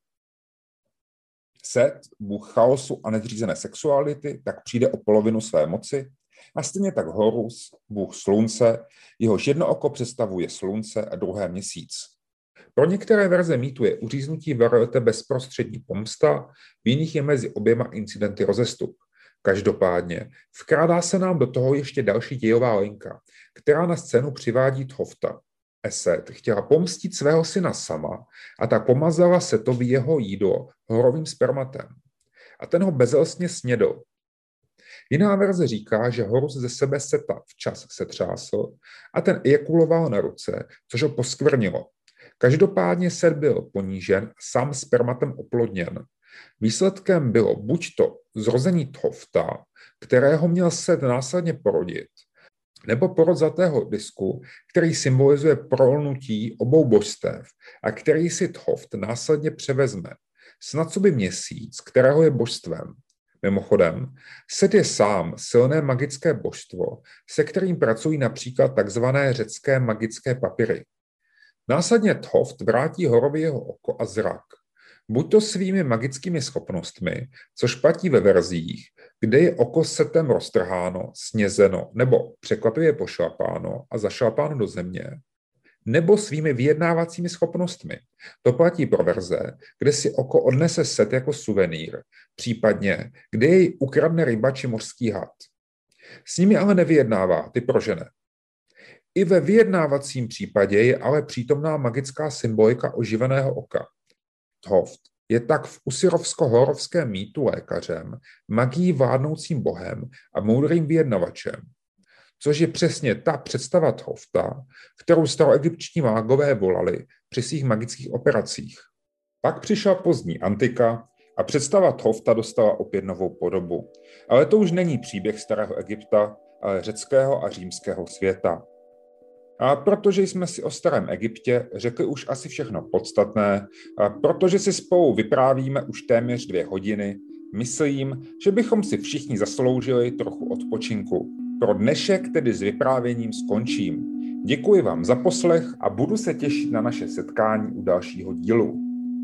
Set, bůh chaosu a nezřízené sexuality, tak přijde o polovinu své moci a stejně tak Horus, bůh slunce, jehož jedno oko představuje slunce a druhé měsíc. Pro některé verze mýtu je uříznutí varlete bezprostřední pomsta, v jiných je mezi oběma incidenty rozestup. Každopádně vkrádá se nám do toho ještě další dějová linka, která na scénu přivádí Thofta. Eset chtěla pomstit svého syna sama a tak pomazala Setovi jeho jídlo horovým spermatem. A ten ho bezelstně snědl. Jiná verze říká, že Horus ze sebe Seta včas setřásl a ten ejakuloval na ruce, což ho poskvrnilo. Každopádně Set byl ponížen a sám spermatem oplodněn. Výsledkem bylo buď to zrození Thofta, kterého měl Set následně porodit, nebo porod zlatého disku, který symbolizuje prolnutí obou božstev a který si Thoft následně převezme. Snad co by měsíc, kterého je božstvem. Mimochodem, Set je sám silné magické božstvo, se kterým pracují například takzvané řecké magické papíry. Následně Thoft vrátí Horovi jeho oko a zrak. Buď to svými magickými schopnostmi, což platí ve verzích, kde je oko Setem roztrháno, snězeno nebo překvapivě pošlapáno a zašlapáno do země, nebo svými vyjednávacími schopnostmi. To platí pro verze, kde si oko odnese Set jako suvenýr, případně kde jej ukradne ryba či mořský had. S nimi ale nevyjednává, ty prožene. I ve vyjednávacím případě je ale přítomná magická symbolika oživeného oka. Thoft je tak v usirovsko-horovském mýtu lékařem, magií vládnoucím bohem a moudrým vyjednavačem, což je přesně ta představa Thofta, kterou staroegyptští mágové volali při svých magických operacích. Pak přišla pozdní antika a představa Thofta dostala opět novou podobu. Ale to už není příběh starého Egypta, ale řeckého a římského světa. A protože jsme si o starém Egyptě řekli už asi všechno podstatné, a protože si spolu vyprávíme už téměř dvě hodiny, myslím, že bychom si všichni zasloužili trochu odpočinku. Pro dnešek tedy s vyprávěním skončím. Děkuji vám za poslech a budu se těšit na naše setkání u dalšího dílu.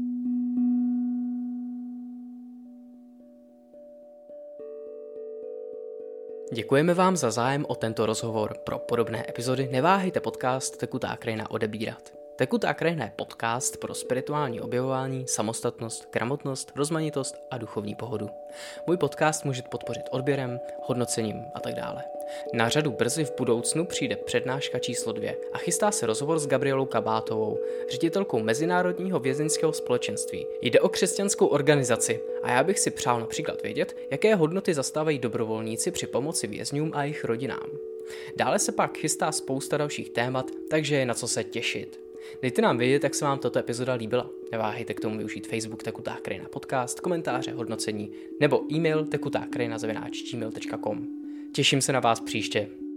Děkujeme vám za zájem o tento rozhovor. Pro podobné epizody neváhejte podcast Tekutá krajina odebírat. Tekutá krajina je podcast pro spirituální objevování, samostatnost, gramotnost, rozmanitost a duchovní pohodu. Můj podcast můžete podpořit odběrem, hodnocením a tak dále. Na řadu brzy v budoucnu přijde přednáška číslo dvě a chystá se rozhovor s Gabrielou Kabátovou, ředitelkou Mezinárodního vězeňského společenství. Jde o křesťanskou organizaci a já bych si přál například vědět, jaké hodnoty zastávají dobrovolníci při pomoci vězňům a jejich rodinám. Dále se pak chystá spousta dalších témat, takže je na co se těšit. Dejte nám vědět, jak se vám tato epizoda líbila. Neváhejte k tomu využít Facebook Tekutá krajina podcast, komentáře, hodnocení nebo e-mail tekutá krajina zavináč gmail tečka com. Těším se na vás příště.